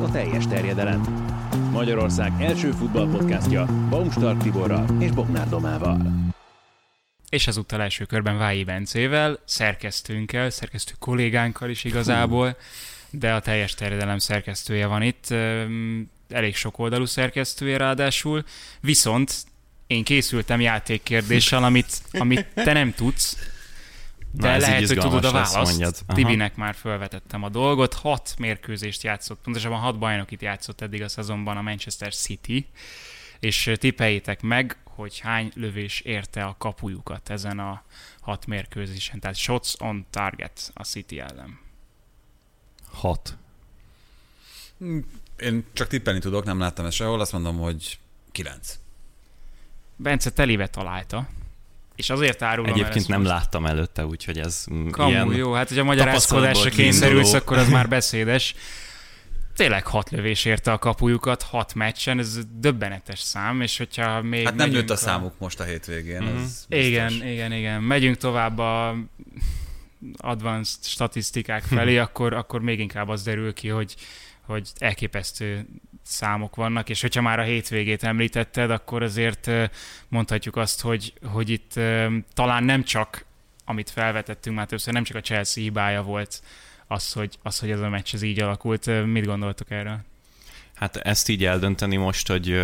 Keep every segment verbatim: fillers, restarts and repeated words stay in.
a teljes terjedelem. Magyarország első futballpodcastja Baumstark Tiborral és Bognár Domával. És ezúttal első körben Vályi Bencével, szerkesztőnkkel, szerkesztő kollégánkkal is igazából, de a teljes terjedelem szerkesztője van itt, elég sok oldalú szerkesztője ráadásul, viszont én készültem játékkérdéssel, amit, amit te nem tudsz, de Na, lehet, hogy tudod a választ. Tibinek már felvetettem a dolgot. Hat mérkőzést játszott, pontosabban hat bajnokit játszott eddig a szezonban a Manchester City, és tippeljétek meg, hogy hány lövés érte a kapujukat ezen a hat mérkőzésen. Tehát shots on target a City ellen. Hat. Én csak tippelni tudok, nem láttam ezt sehol, azt mondom, hogy kilenc. Bence telibe találta. És azért árulom. Egyébként nem most láttam előtte, úgyhogy ez Kamu, ilyen jó, hát hogy a magyarázkodásra kényszerülsz, akkor az már beszédes. Tényleg hat lövés érte a kapujukat, hat meccsen, ez döbbenetes szám, és hogyha még hát nem nőtt a számuk most a hétvégén. Mm-hmm. Ez igen, igen, igen. Megyünk tovább a advanced statisztikák felé, akkor, akkor még inkább az derül ki, hogy, hogy elképesztő számok vannak, és hogyha már a hétvégét említetted, akkor azért mondhatjuk azt, hogy, hogy itt talán nem csak, amit felvetettünk már többször, nem csak a Chelsea hibája volt az, hogy, az, hogy ez a meccs ez így alakult. Mit gondoltok erről? Hát ezt így eldönteni most, hogy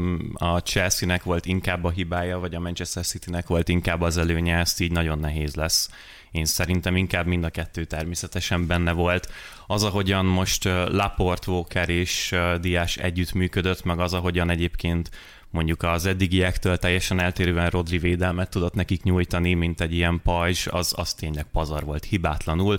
a Chelsea-nek volt inkább a hibája, vagy a Manchester City-nek volt inkább az előnye, ezt így nagyon nehéz lesz. Én szerintem inkább mind a kettő természetesen benne volt. Az, ahogyan most Laporte, Walker és Dias együttműködött, meg az, ahogyan egyébként mondjuk az eddigiektől teljesen eltérően Rodri védelmet tudott nekik nyújtani, mint egy ilyen pajzs, az, az tényleg pazar volt, hibátlanul,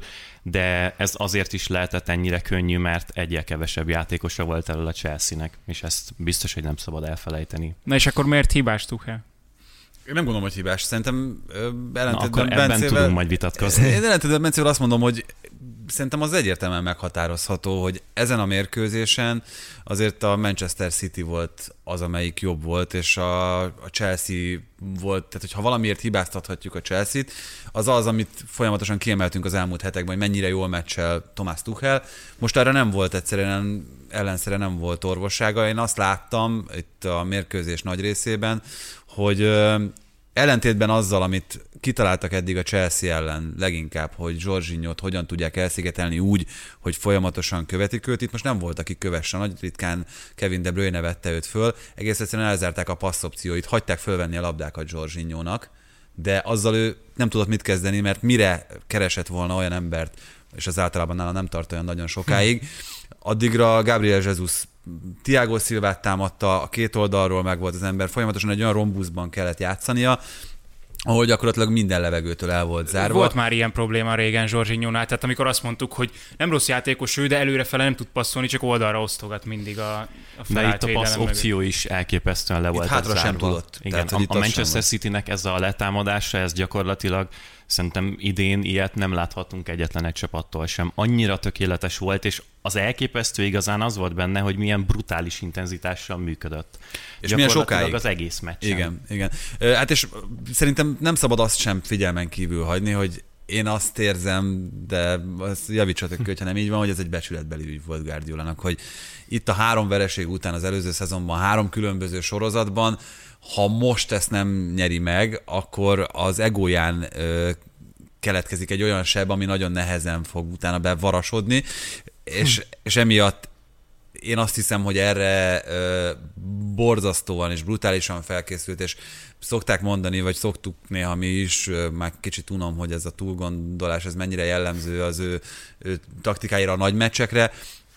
de ez azért is lehetett ennyire könnyű, mert egyel kevesebb játékosa volt elől a Chelsea-nek, és ezt biztos, hogy nem szabad elfelejteni. Na és akkor miért hibás Tuchel? Én nem gondolom, hogy hibás. Szerintem ellentétben ebben Bencével, tudunk majd vitatkozni. Én ellentétben Bencével azt mondom, hogy szerintem az egyértelműen meghatározható, hogy ezen a mérkőzésen azért a Manchester City volt az, amelyik jobb volt, és a, a Chelsea volt, tehát hogyha valamiért hibáztathatjuk a Chelsea-t, az az, amit folyamatosan kiemeltünk az elmúlt hetekben, hogy mennyire jól meccsel Thomas Tuchel. Most arra nem volt egyszerűen, ellenszere nem volt orvossága. Én azt láttam itt a mérkőzés nagy részében, hogy ellentétben azzal, amit kitaláltak eddig a Chelsea ellen leginkább, hogy Jorginhot hogyan tudják elszigetelni úgy, hogy folyamatosan követik őt. Itt most nem volt, aki kövesse. Nagy ritkán Kevin De Bruyne vette őt föl. Egész egyszerűen elzárták a passzopcióit, hagyták fölvenni a labdákat Jorginhónak, de azzal ő nem tudott mit kezdeni, mert mire keresett volna olyan embert, és az általában nála nem tart olyan nagyon sokáig, addigra Gabriel Jesus Thiago Silvát támadta, a két oldalról meg volt az ember, folyamatosan egy olyan rombuszban kellett játszania, ahol gyakorlatilag minden levegőtől el volt zárva. Volt már ilyen probléma régen Jorginhónál, tehát amikor azt mondtuk, hogy nem rossz játékos ő, de előrefele nem tud passzolni, csak oldalra osztogat mindig a, a felállt de itt a passz opció is elképesztően le volt hátra sem tudott. Igen, tehát, a, a Manchester Citynek ez a letámadása, ez gyakorlatilag szerintem idén ilyet nem láthatunk egyetlen egy csapattól sem. Annyira tökéletes volt, és az elképesztő igazán az volt benne, hogy milyen brutális intenzitással működött. És milyen sokáig. Az egész meccsen. Igen, igen. Hát és szerintem nem szabad azt sem figyelmen kívül hagyni, hogy én azt érzem, de azt javítsatok ki, hogyha nem így van, hogy ez egy becsületbeli ügy volt Guardiolának, hogy itt a három vereség után az előző szezonban, három különböző sorozatban, ha most ezt nem nyeri meg, akkor az egóján ö, keletkezik egy olyan seb, ami nagyon nehezen fog utána bevarasodni, és, hm. és emiatt én azt hiszem, hogy erre ö, borzasztóan és brutálisan felkészült, és szokták mondani, vagy szoktuk néha mi is, ö, már kicsit unom, hogy ez a túlgondolás, ez mennyire jellemző az ő, ő taktikáira a nagy meccsekre.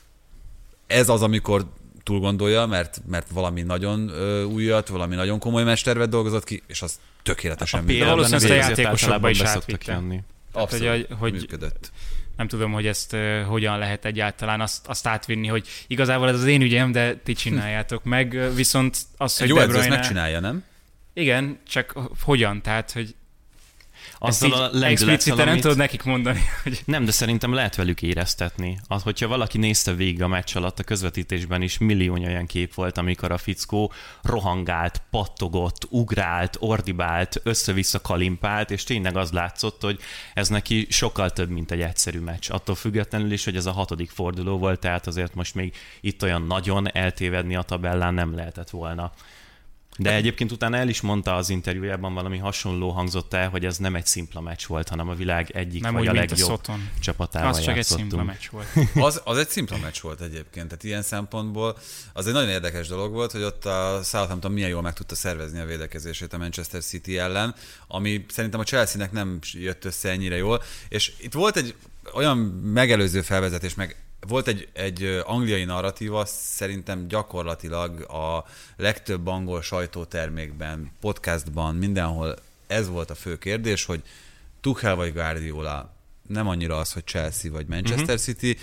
Ez az, amikor túl gondolja, mert, mert valami nagyon ö, újat, valami nagyon komoly mestervet dolgozott ki, és az tökéletesen működött. De valószínűleg ezt a játékosokba is átvitte. Abszolút, hogy, hogy működött. Nem tudom, hogy ezt uh, hogyan lehet egyáltalán azt, azt átvinni, hogy igazából ez az én ügyem, de ti csináljátok meg, viszont az, hogy jó, De Bruyne... ezt megcsinálja, nem? Igen, csak hogyan? Tehát, hogy Azzal a lendülettel, explicite nem amit... tudod nekik mondani, hogy... Nem, de szerintem lehet velük éreztetni. Az, hogyha valaki nézte végig a meccs alatt, a közvetítésben is millió olyan kép volt, amikor a fickó rohangált, pattogott, ugrált, ordibált, össze-vissza kalimpált, és tényleg az látszott, hogy ez neki sokkal több, mint egy egyszerű meccs. Attól függetlenül is, hogy ez a hatodik forduló volt, tehát azért most még itt olyan nagyon eltévedni a tabellán nem lehetett volna. De egyébként utána el is mondta az interjújában, valami hasonló hangzott el, hogy ez nem egy szimpla meccs volt, hanem a világ egyik nem vagy úgy, a mint legjobb a csapatával az csak játszottunk. egy szimpla meccs volt. Az, az egy szimpla meccs volt egyébként, tehát ilyen szempontból az egy nagyon érdekes dolog volt, hogy ott a Southampton milyen jól meg tudta szervezni a védekezését a Manchester City ellen, ami szerintem a Chelsea-nek nem jött össze ennyire jól, és itt volt egy olyan megelőző felvezetés, meg volt egy, egy angliai narratíva, szerintem gyakorlatilag a legtöbb angol sajtótermékben, podcastban, mindenhol ez volt a fő kérdés, hogy Tuchel vagy Guardiola, nem annyira az, hogy Chelsea vagy Manchester uh-huh. City.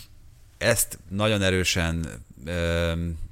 Ezt nagyon erősen euh,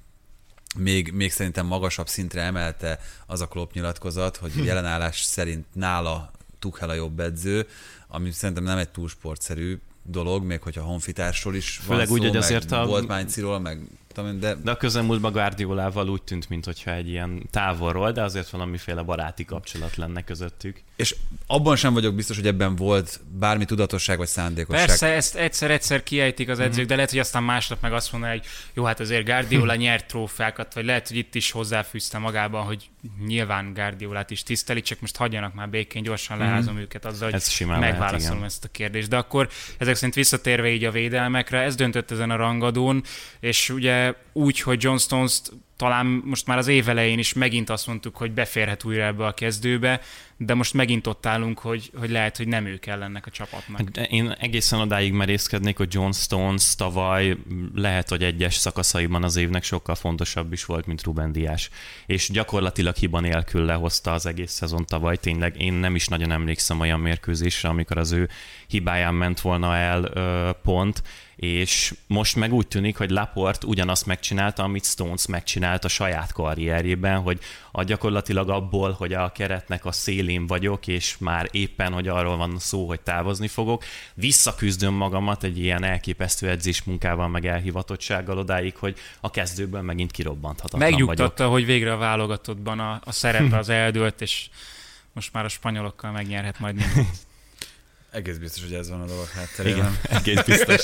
még, még szerintem magasabb szintre emelte az a Klopp nyilatkozat, hogy jelenállás szerint nála Tuchel a jobb edző, ami szerintem nem egy túl sportszerű dolog, még hogyha honfitársról is főleg van úgy, szó, hogy azért meg a... Boltmányciról, meg de... de a közelmúltban Guardiolával úgy tűnt, mintha egy ilyen távolról, de azért valamiféle baráti kapcsolat lenne közöttük. És abban sem vagyok biztos, hogy ebben volt bármi tudatosság vagy szándékosság. Persze, ezt egyszer-egyszer kiejtik az edzők, mm. de lehet, hogy aztán másnap meg azt mondaná, hogy jó, hát azért Guardiola nyert trófeákat, vagy lehet, hogy itt is hozzáfűzte magában, hogy nyilván Guardiolát is tiszteli, csak most hagyjanak már békén, gyorsan leházom mm. őket azzal, hogy megválaszolom lehet, ezt a kérdést. De akkor ezek szerint visszatérve így a védelmekre, ez döntött ezen a rangadón, és ugye úgy, hogy John Stones-t talán most már az év elején is megint azt mondtuk, hogy beférhet újra ebbe a kezdőbe, de most megint ott állunk, hogy, hogy lehet, hogy nem ő kell ennek a csapatnak. De én egészen odáig merészkednék, hogy John Stones tavaly lehet, hogy egyes szakaszaiban az évnek sokkal fontosabb is volt, mint Ruben Dias. És gyakorlatilag hiba nélkül lehozta az egész szezon tavaly. Tényleg én nem is nagyon emlékszem olyan mérkőzésre, amikor az ő hibáján ment volna el ö, pont, és most meg úgy tűnik, hogy Laporte ugyanazt megcsinálta, amit Stones megcsinált a saját karrierjében, hogy a gyakorlatilag abból, hogy a keretnek a szélén vagyok, és már éppen, hogy arról van szó, hogy távozni fogok, visszaküzdöm magamat egy ilyen elképesztő edzésmunkával, meg elhivatottsággal odáig, hogy a kezdőből megint kirobbanthatatlan vagyok. Megnyugtatta, hogy végre a válogatottban a, a szerepe az eldőlt, és most már a spanyolokkal megnyerhet majd mindent. Egész biztos, hogy ez van a dolog hátterében. Igen, egész biztos.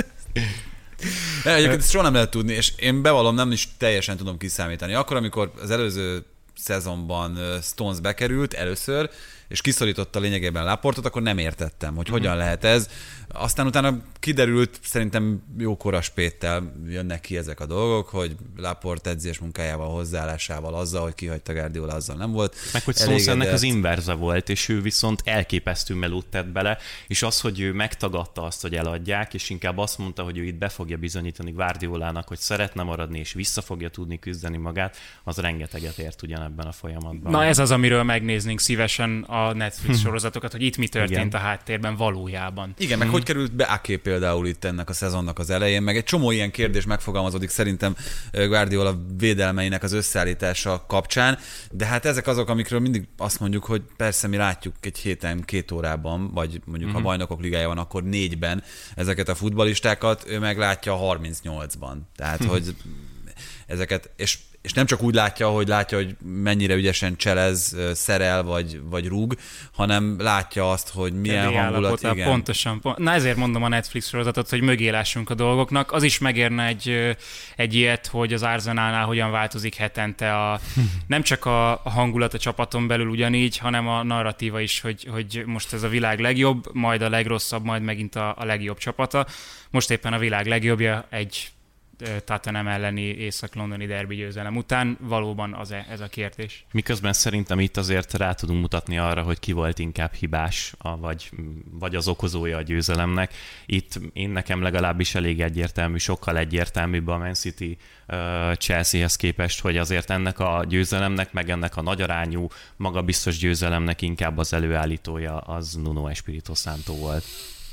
De egyébként ezt soha nem lehet tudni, és én bevallom, nem is teljesen tudom kiszámítani. Akkor, amikor az előző szezonban Stones bekerült először, és kiszorította lényegében Laportot, akkor nem értettem, hogy hogyan lehet ez. Aztán utána kiderült, szerintem jókora spéttel jönnek ki ezek a dolgok, hogy Laporte edzés munkájával, hozzáállásával, azzal, hogy kihagyta Guardiola, azzal nem volt. Meg hogy Stones ennek az inverze volt, és ő viszont elképesztő melót tett bele, és az, hogy ő megtagadta azt, hogy eladják, és inkább azt mondta, hogy ő itt be fogja bizonyítani Guardiolának, hogy szeretne maradni, és vissza fogja tudni küzdeni magát, az rengeteget ért ugyanebben a folyamatban. Na ez az, amiről megnéznénk szívesen a Netflix sorozatokat, hogy itt mi történt igen. a háttérben valójában. Igen, meg hmm. hogy került be Ake például itt ennek a szezonnak az elején, meg egy csomó ilyen kérdés megfogalmazódik szerintem Guardiola védelmeinek az összeállítása kapcsán, de hát ezek azok, amikről mindig azt mondjuk, hogy persze mi látjuk egy héten, két órában, vagy mondjuk hmm. ha bajnokok ligája van, akkor négyben ezeket a futballistákat, ő meg látja harmincnyolcban. Tehát, hmm. hogy ezeket, és és nem csak úgy látja, hogy látja, hogy mennyire ügyesen cselez, szerel vagy, vagy rúg, hanem látja azt, hogy milyen Kedé hangulat. Igen. Pontosan. Pont, na ezért mondom a Netflix sorozatot, hogy mögé lássunk a dolgoknak. Az is megérne egy, egy ilyet, hogy az Arsenalnál hogyan változik hetente a, nem csak a hangulat a csapaton belül ugyanígy, hanem a narratíva is, hogy, hogy most ez a világ legjobb, majd a legrosszabb, majd megint a, a legjobb csapata. Most éppen a világ legjobbja egy Tottenham elleni észak-londoni derbi győzelem után valóban az ez a kérdés. Miközben szerintem itt azért rá tudunk mutatni arra, hogy ki volt inkább hibás, vagy, vagy az okozója a győzelemnek. Itt én nekem legalábbis elég egyértelmű, sokkal egyértelműbb a Man City uh, Chelseahez képest, hogy azért ennek a győzelemnek, meg ennek a nagyarányú, magabiztos győzelemnek inkább az előállítója az Nuno Espirito Santo volt.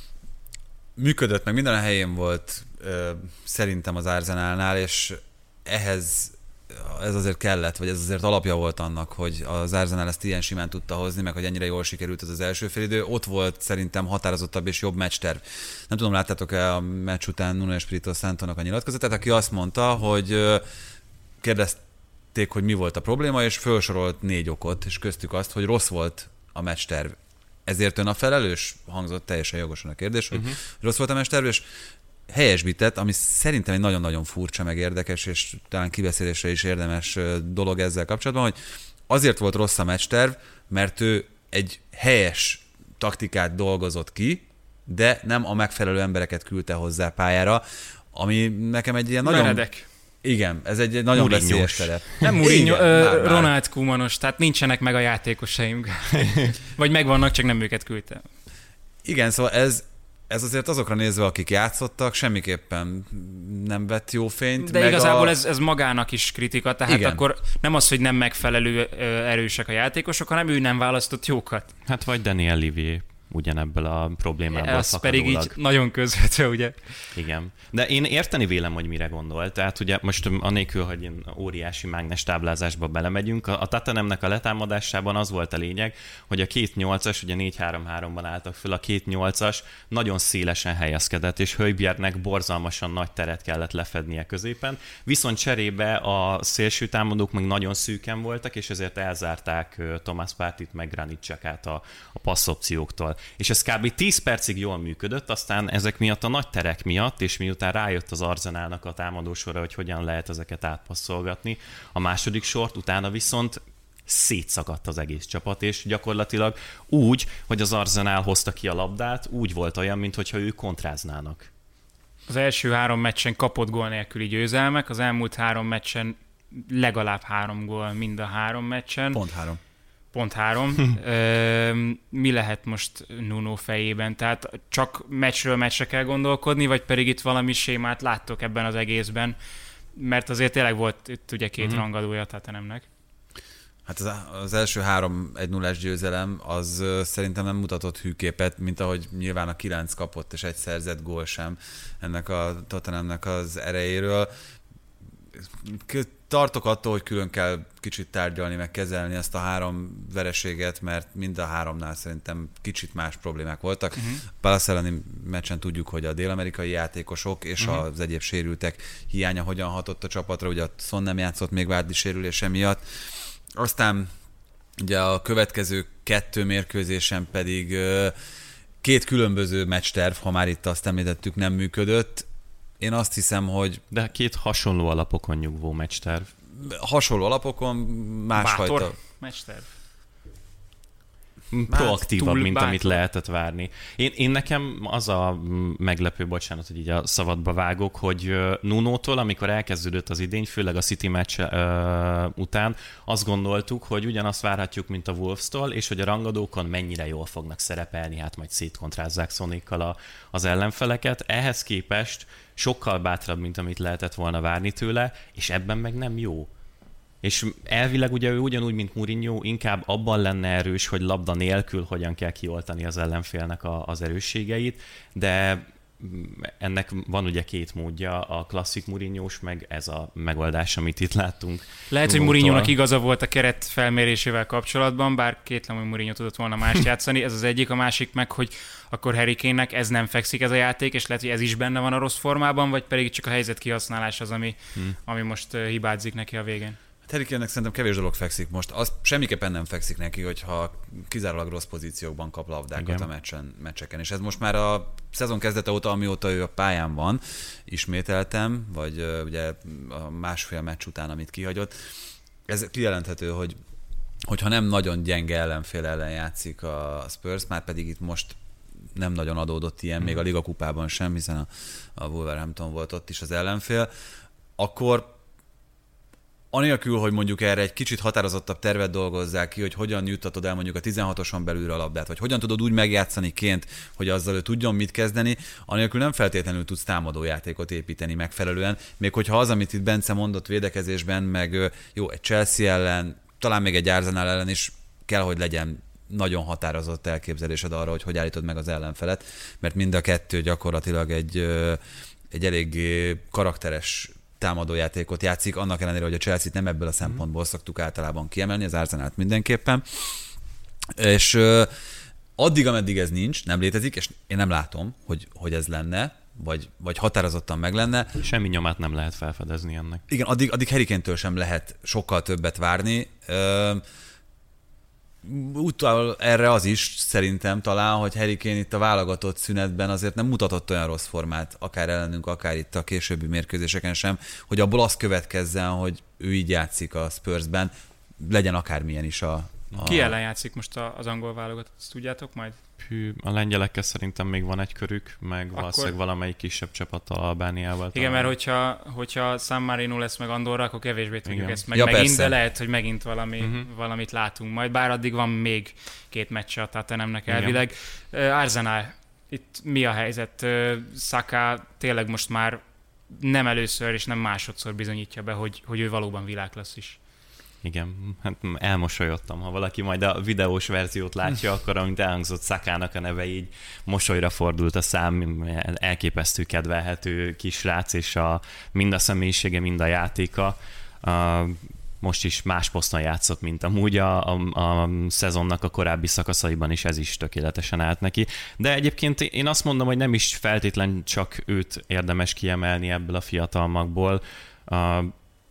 Működött, meg minden a helyén volt szerintem az Arsenalnál, és ehhez ez azért kellett, vagy ez azért alapja volt annak, hogy az Arsenal ezt ilyen simán tudta hozni, meg hogy ennyire jól sikerült ez az első félidő. Ott volt szerintem határozottabb és jobb meccsterv. Nem tudom, láttátok-e a meccs után Nuno Espirito Santónak a nyilatkozatát, aki azt mondta, hogy kérdezték, hogy mi volt a probléma, és felsorolt négy okot, és köztük azt, hogy rossz volt a meccsterv. Ezért ön a felelős? Hangzott teljesen jogosan a kérdés, hogy uh-huh. rossz volt a meccsterv, és helyesbített, ami szerintem egy nagyon-nagyon furcsa, meg érdekes, és talán kibeszélésre is érdemes dolog ezzel kapcsolatban, hogy azért volt rossz a meccsterv, mert ő egy helyes taktikát dolgozott ki, de nem a megfelelő embereket küldte hozzá pályára, ami nekem egy ilyen nagyon... Meredek. Igen, ez egy nagyon veszélyes terep. Nem Mourinho, Ronald Koemanos, tehát nincsenek meg a játékosaim. Vagy megvannak, csak nem őket küldtem. Igen, szóval ez, ez azért azokra nézve, akik játszottak, semmiképpen nem vett jó fényt. De meg igazából a... ez, ez magának is kritika, tehát igen. Akkor nem az, hogy nem megfelelő erősek a játékosok, hanem ő nem választott jókat. Hát vagy Daniel Levy ugyanebből a problémából ez fakadólag. pedig így nagyon közvetve, ugye? Igen. De én érteni vélem, hogy mire gondol. Tehát ugye most anélkül, hogy én óriási mágnes táblázásba belemegyünk, a Tottenhamnek a letámadásában az volt a lényeg, hogy a két nyolcas, ugye négy három háromban álltak föl, a két nyolcas nagyon szélesen helyezkedett, és Højbjergnek borzalmasan nagy teret kellett lefednie középen, viszont cserébe a szélső támadók meg nagyon szűken voltak, és ezért elzárták Thomas Parteyt meg Granit Xhakát a, a passzopcióktól. És ez kb. tíz percig jól működött, aztán ezek miatt a nagy terek miatt, és miután rájött az Arsenalnak a támadósora, hogy hogyan lehet ezeket átpasszolgatni, a második sort utána viszont szétszakadt az egész csapat, és gyakorlatilag úgy, hogy az Arsenal hozta ki a labdát, úgy volt olyan, mintha ők kontráznának. Az első három meccsen kapott gól nélküli győzelmek, az elmúlt három meccsen legalább három gól mind a három meccsen. Pont három. Pont három. Ö, mi lehet most Nuno fejében? Tehát csak meccsről meccsre kell gondolkodni, vagy pedig itt valami sémát láttok ebben az egészben? Mert azért tényleg volt itt ugye két mm-hmm. rangadója a Tottenhamnek. Hát az, az első három egy nullás győzelem az szerintem nem mutatott hűképet, mint ahogy nyilván a kilenc kapott és egy szerzett gól sem ennek a Tottenhamnek az erejéről. Tartok attól, hogy külön kell kicsit tárgyalni, meg kezelni ezt a három vereséget, mert mind a háromnál szerintem kicsit más problémák voltak. Uh-huh. Palace elleni meccsen tudjuk, hogy a dél-amerikai játékosok és uh-huh. az egyéb sérültek hiánya hogyan hatott a csapatra, ugye a Son nem játszott még Vardy sérülése miatt. Aztán ugye a következő kettő mérkőzésen pedig két különböző meccsterv, ha már itt azt említettük, nem működött. Én azt hiszem, hogy... De két hasonló alapokon nyugvó meccsterv. Hasonló alapokon, másfajta... Bátor meccsterv. Proaktívabb, mint bátor. Amit lehetett várni. Én, én nekem az a meglepő, bocsánat, hogy így a szabadba vágok, hogy Nunótól, amikor elkezdődött az idény, főleg a City meccs uh, után, azt gondoltuk, hogy ugyanazt várhatjuk, mint a Wolves-tól, és hogy a rangadókon mennyire jól fognak szerepelni, hát majd szétkontrázzák Sonékkal a, az ellenfeleket. Ehhez képest sokkal bátrabb, mint amit lehetett volna várni tőle, és ebben meg nem jó. És elvileg ugye ő ugyanúgy, mint Mourinho, inkább abban lenne erős, hogy labda nélkül hogyan kell kioltani az ellenfélnek a, az erősségeit, de ennek van ugye két módja, a klasszik Mourinhós, meg ez a megoldás, amit itt láttunk. Lehet, hogy Mourinhónak igaza volt a keret felmérésével kapcsolatban, bár kétlem, hogy Mourinho tudott volna mást játszani, ez az egyik, a másik meg, hogy akkor Harry Kane-nek ez nem fekszik ez a játék, és lehet, hogy ez is benne van a rossz formában, vagy pedig csak a helyzet kihasználás az, ami, hmm. ami most hibázik neki a végén. Harry Kane-nek szerintem kevés dolog fekszik most. Az semmiképpen nem fekszik neki, hogyha kizárólag rossz pozíciókban kap labdákat Igen. a meccsen, meccseken. És ez most már a szezon kezdete óta, amióta ő a pályán van, ismételtem, vagy uh, ugye a másfél meccs után, amit kihagyott. Ez kijelenthető, hogy hogyha nem nagyon gyenge ellenfél ellen játszik a Spurs, már pedig itt most nem nagyon adódott ilyen, hmm. még a Liga kupában sem, hiszen a, a Wolverhampton volt ott is az ellenfél, akkor anélkül, hogy mondjuk erre egy kicsit határozottabb tervet dolgozzák ki, hogy hogyan juttatod el mondjuk a tizenhatoson belülre a labdát, vagy hogyan tudod úgy megjátszani Ként, hogy azzal ő tudjon mit kezdeni, anélkül nem feltétlenül tudsz támadójátékot építeni megfelelően, még hogyha az, amit itt Bence mondott védekezésben, meg jó, egy Chelsea ellen, talán még egy Arsenal ellen is kell, hogy legyen nagyon határozott elképzelésed arra, hogy hogy állítod meg az ellenfelet, mert mind a kettő gyakorlatilag egy, egy eléggé karakteres támadójátékot játszik, annak ellenére, hogy a Chelsea-t nem ebből a szempontból szoktuk általában kiemelni, az Arsenalt mindenképpen. És uh, addig, ameddig ez nincs, nem létezik, és én nem látom, hogy, hogy ez lenne, vagy, vagy határozottan meg lenne. Semmi nyomát nem lehet felfedezni ennek. Igen, addig, addig Harry Kane-től sem lehet sokkal többet várni. Uh, Utal erre az is szerintem talán, hogy Harry Kane itt a válogatott szünetben azért nem mutatott olyan rossz formát, akár ellenünk, akár itt a későbbi mérkőzéseken sem, hogy abból az következzen, hogy ő így játszik a Spursben, legyen akármilyen is a... a... Ki ellen játszik most az angol válogatott, ezt tudjátok majd? Hű, a lengyelekkel szerintem még van egy körük, meg Akkor... valószínűleg valamelyik kisebb csapattal Albániával. Igen, talán. Mert hogyha, hogyha San Marino lesz meg Andorra, akkor kevésbé tudjuk Igen. ezt meg ja, megint, persze. de lehet, hogy megint valami, uh-huh. valamit látunk majd, bár addig van még két meccse a Tottenhamnek elvileg. Uh, Arsenal, itt mi a helyzet? Uh, Saka tényleg most már nem először és nem másodszor bizonyítja be, hogy, hogy ő valóban világklassz is. Igen, hát elmosolyodtam. Ha valaki majd a videós verziót látja, akkor amint elhangzott Szakának a neve, így mosolyra fordult a szám, elképesztő kedvelhető kisrác, és a, mind a személyisége, mind a játéka. A, most is más poszton játszott, mint amúgy a, a, a szezonnak a korábbi szakaszaiban is, ez is tökéletesen állt neki. De egyébként én azt mondom, hogy nem is feltétlen csak őt érdemes kiemelni ebből a fiatal magból. A,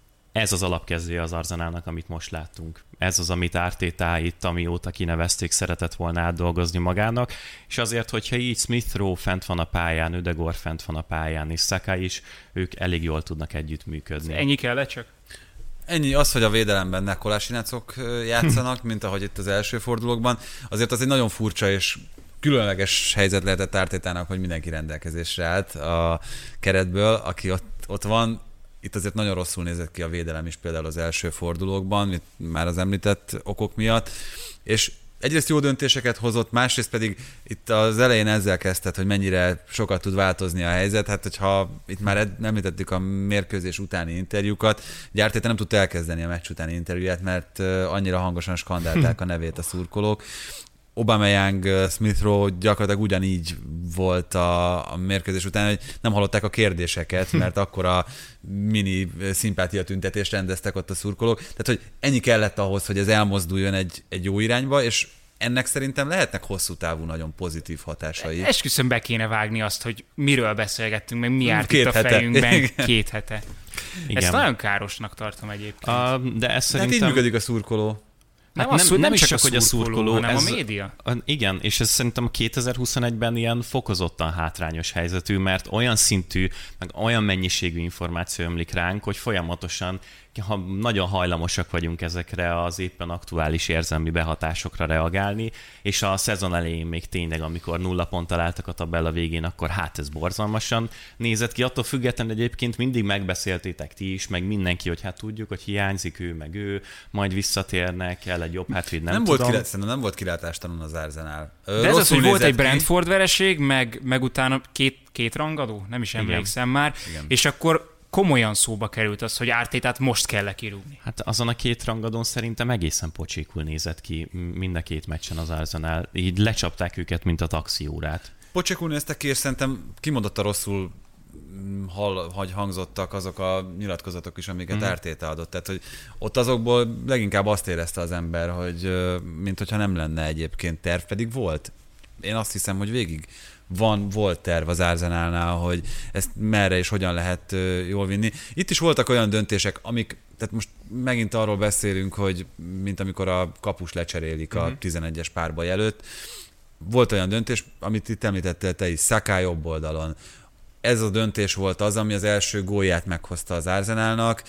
Ez az alapkezdője az Arsenalnak, amit most láttunk. Ez az, amit Arteta itt, amióta kinevezték, szeretett volna átdolgozni magának, és azért, hogyha így Smith Rowe fent van a pályán, Ödegaard fent van a pályán, és Saka is, ők elég jól tudnak együttműködni. Ennyi kellett csak? Ennyi, az, hogy a védelemben ne Kolásinacok játszanak, mint ahogy itt az első fordulókban, azért az egy nagyon furcsa és különleges helyzet lehetett Artetának, hogy mindenki rendelkezésre állt a keretből, aki ott, ott van. Itt azért nagyon rosszul nézett ki a védelem is például az első fordulókban, már az említett okok miatt, és egyrészt jó döntéseket hozott, másrészt pedig itt az elején ezzel kezdett, hogy mennyire sokat tud változni a helyzet, hát hogyha itt már említettük a mérkőzés utáni interjúkat, Arteta nem tudta elkezdeni a meccs utáni interjúját, mert annyira hangosan skandálták a nevét a szurkolók. Aubameyang, Smith Rowe gyakorlatilag ugyanígy volt a, a mérkőzés után, hogy nem hallották a kérdéseket, mert akkor a mini szimpátia tüntetést rendeztek ott a szurkolók. Tehát, hogy ennyi kellett ahhoz, hogy ez elmozduljon egy, egy jó irányba, és ennek szerintem lehetnek hosszú távú, nagyon pozitív hatásai. Esküszöm, be kéne vágni azt, hogy miről beszélgettünk, meg mi járt Két itt a hete. fejünkben két hete. Igen. Ezt nagyon károsnak tartom egyébként. A, de ez De szerintem... hát így működik a szurkoló. Nem, Hát az, nem, nem nem is csak, csak, hogy a szurkoló, hanem ez, a média. A, igen, és ez szerintem a kétezer-huszonegyben ilyen fokozottan hátrányos helyzetű, mert olyan szintű, meg olyan mennyiségű információ ömlik ránk, hogy folyamatosan, ha nagyon hajlamosak vagyunk ezekre az éppen aktuális érzelmi behatásokra reagálni, és a szezon elején még tényleg, amikor nulla ponttal álltak a tabella végén, akkor hát ez borzalmasan nézett ki. Attól függetlenül egyébként mindig megbeszéltétek ti is, meg mindenki, hogy hát tudjuk, hogy hiányzik ő, meg ő, majd visszatérnek, kell egy jobb hátvéd, nem, Nem tudom. volt, kilá... nem volt kilátástalan az Arsenal. De ez az, hogy volt egy Brentford vereség, meg, meg utána két, két rangadó, nem is emlékszem Igen. már, Igen. és akkor komolyan szóba került az, hogy Artetát most kell kirúgni. Hát azon a két rangadón szerintem egészen pocsékul nézett ki mind a két meccsen az Arsenal. Így lecsapták őket, mint a taxiórát. Pocsékul néztek ki, és szerintem kimondottan rosszul hall, hogy hangzottak azok a nyilatkozatok is, amiket mm. Arteta adott. Tehát, hogy ott azokból leginkább azt érezte az ember, hogy mint hogyha nem lenne egyébként terv, pedig volt. Én azt hiszem, hogy végig van, volt terv az Arsenalnál, hogy ezt merre és hogyan lehet jól vinni. Itt is voltak olyan döntések, amik, tehát most megint arról beszélünk, hogy mint amikor a kapus lecserélik a tizenegyes párbaj előtt. Volt olyan döntés, amit itt említettél te is, Saka jobb oldalon. Ez a döntés volt az, ami az első gólját meghozta az Arsenalnak,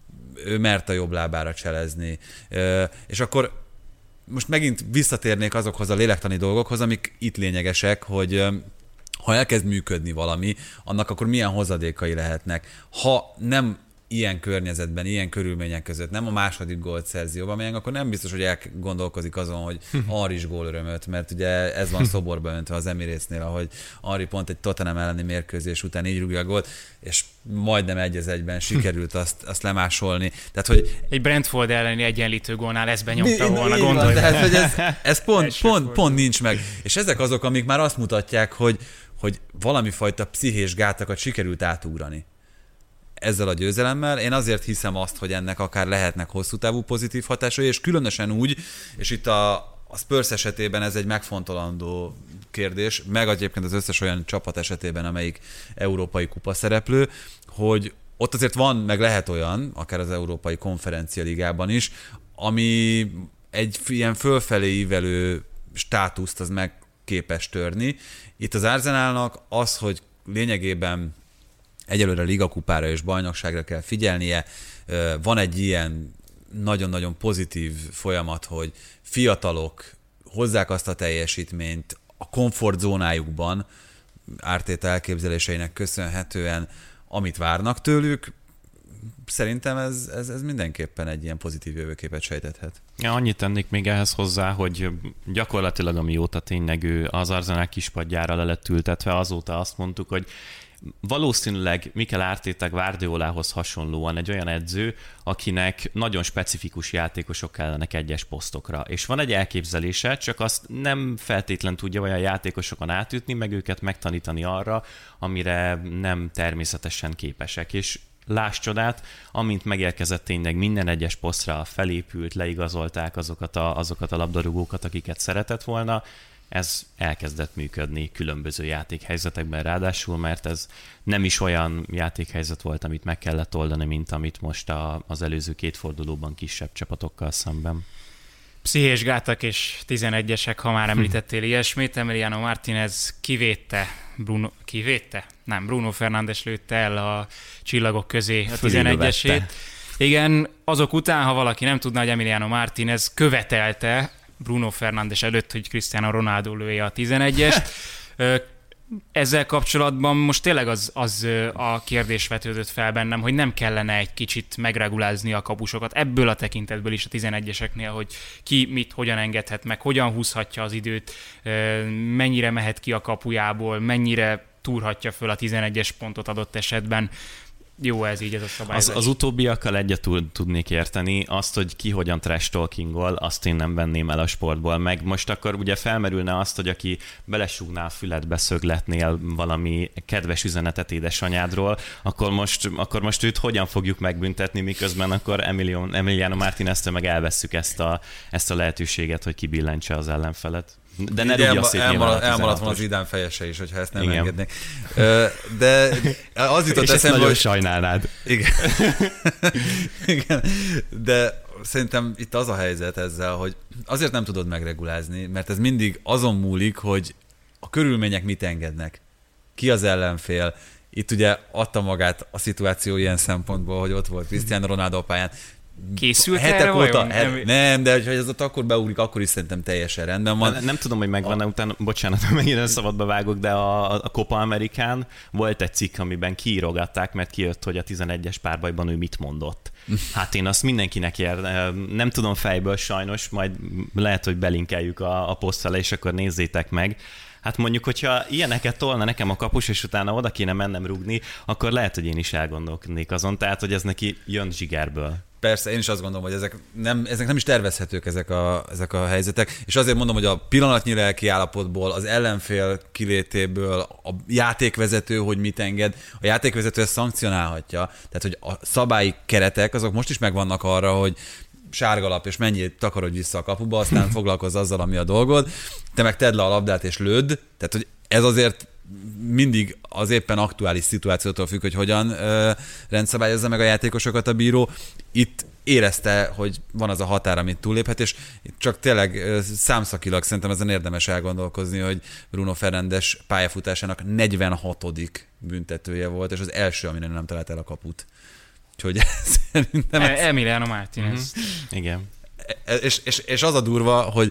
ő mert a jobb lábára cselezni. És akkor most megint visszatérnék azokhoz a lélektani dolgokhoz, amik itt lényegesek, hogy ha elkezd működni valami, annak akkor milyen hozadékai lehetnek. Ha nem ilyen környezetben, ilyen körülmények között nem a második gólt szerzi Aubameyang, akkor nem biztos, hogy elgondolkozik azon, hogy Henry is gólörömöt, mert ugye ez van szoborba öntve az Emiratesnél, ahogy Henry pont egy Tottenham elleni mérkőzés után így rúgja a gólt, és majdnem egy az egyben sikerült azt, azt lemásolni. Tehát, hogy egy Brentford elleni egyenlítő gólnál ezt benyomta volna, gondolj. Tehát, hogy ez, ez pont, pont, pont nincs meg. És ezek azok, amik már azt mutatják, hogy, hogy valami fajta pszichés gátakat sikerült átugrani. ezzel a győzelemmel. Én azért hiszem azt, hogy ennek akár lehetnek hosszú távú pozitív hatásai, és különösen úgy, és itt a, a Spurs esetében ez egy megfontolandó kérdés, meg egyébként az összes olyan csapat esetében, amelyik európai kupa szereplő, hogy ott azért van, meg lehet olyan, akár az Európai Konferencia Ligában is, ami egy ilyen fölfelé ívelő státuszt az meg képes törni. Itt az Arsenalnak az, hogy lényegében egyelőre ligakupára és bajnokságra kell figyelnie, van egy ilyen nagyon-nagyon pozitív folyamat, hogy fiatalok hozzák azt a teljesítményt a komfortzónájukban, Arteta elképzeléseinek köszönhetően, amit várnak tőlük. Szerintem ez, ez, ez mindenképpen egy ilyen pozitív jövőképet sejtethet. Ja, annyit tennék még ehhez hozzá, hogy gyakorlatilag amióta tényleg ő az Arsenal kispadjára le lett ültetve, azóta azt mondtuk, hogy valószínűleg Mikel Arteta Guardiolához hasonlóan egy olyan edző, akinek nagyon specifikus játékosok kellenek egyes posztokra. És van egy elképzelése, csak azt nem feltétlen tudja olyan játékosokon átütni, meg őket megtanítani arra, amire nem természetesen képesek. És láss csodát, amint megérkezett tényleg minden egyes posztra felépült, leigazolták azokat a, azokat a labdarúgókat, akiket szeretett volna, ez elkezdett működni különböző játékhelyzetekben ráadásul, mert ez nem is olyan játékhelyzet volt, amit meg kellett oldani, mint amit most a, az előző két fordulóban kisebb csapatokkal szemben. Pszichés gátak és tizenegyesek, ha már említettél ilyesmit, Emiliano Martinez kivédte, Bruno, kivédte? Nem, Bruno Fernandes lőtte el a csillagok közé a tizenegyesét. Igen, azok után, ha valaki nem tudna, hogy Emiliano Martinez követelte Bruno Fernandes előtt, hogy Cristiano Ronaldo lője a tizenegyest. Ezzel kapcsolatban most tényleg az, az a kérdés vetődött fel bennem, hogy nem kellene egy kicsit megregulázni a kapusokat ebből a tekintetből is a tizenegyeseknél, hogy ki mit, hogyan engedhet meg, hogyan húzhatja az időt, mennyire mehet ki a kapujából, mennyire túrhatja föl a tizenegyes pontot adott esetben. Jó ez így, ez a szabályozás. Az, az utóbbiakkal egyet tudnék érteni, azt, hogy ki hogyan trash talkingol, azt én nem venném el a sportból. Meg most akkor ugye felmerülne azt, hogy aki belesúgná a füledbe, szögletnél valami kedves üzenetet édesanyádról, akkor most, akkor most őt hogyan fogjuk megbüntetni, miközben akkor Emiliano, Emiliano Martinez-től meg elvesszük ezt a, ezt a lehetőséget, hogy kibillentse az ellenfelet. De ne rúgja szét elmaradt, elmaradt volna az Zidane fejese is, hogyha ezt nem igen. engednék. De az jutott és eszembe, hogy... hogy... sajnálnád. Igen. Igen. De szerintem itt az a helyzet ezzel, hogy azért nem tudod megregulázni, mert ez mindig azon múlik, hogy a körülmények mit engednek. Ki az ellenfél. Itt ugye adta magát a szituáció ilyen szempontból, hogy ott volt Cristiano Ronaldo a pályán. Készült erre óta, het, nem, nem, de hogyha ez ott akkor beugrik, akkor is szerintem teljesen rendben van. Nem, nem tudom, hogy megvan-e a... utána, bocsánat, megint szabadba vágok, de a, a Copa Amerikán volt egy cikk, amiben kiírogatták, mert kijött, hogy a tizenegyes párbajban ő mit mondott. Hát én azt mindenkinek ér, nem tudom fejből sajnos, majd lehet, hogy belinkeljük a, a posztra, és akkor nézzétek meg. Hát mondjuk, hogyha ilyeneket tolna nekem a kapus, és utána oda kéne mennem rúgni, akkor lehet, hogy én is elgondolkodnék azon, tehát, hogy ez neki jön zsigerből. Persze, én is azt gondolom, hogy ezek nem, ezek nem is tervezhetők ezek a, ezek a helyzetek, és azért mondom, hogy a pillanatnyi lelki állapotból, az ellenfél kilétéből, a játékvezető, hogy mit enged, a játékvezető ezt szankcionálhatja, tehát hogy a szabályi keretek, azok most is megvannak arra, hogy sárgalap, és menjél, takarodj vissza a kapuba, aztán foglalkozz azzal, ami a dolgod, te meg tedd le a labdát és lőd, tehát hogy ez azért mindig az éppen aktuális szituációtól függ, hogy hogyan ö, rendszabályozza meg a játékosokat a bíró. Itt érezte, hogy van az a határ, amit túlléphet, és csak tényleg ö, számszakilag szerintem ezen érdemes elgondolkozni, hogy Bruno Fernandes pályafutásának negyvenhatodik büntetője volt, és az első, aminek nem talált el a kaput. Úgyhogy szerintem... Ez... Emiliano Martinez. Uh-huh. Igen. És, és, és az a durva, hogy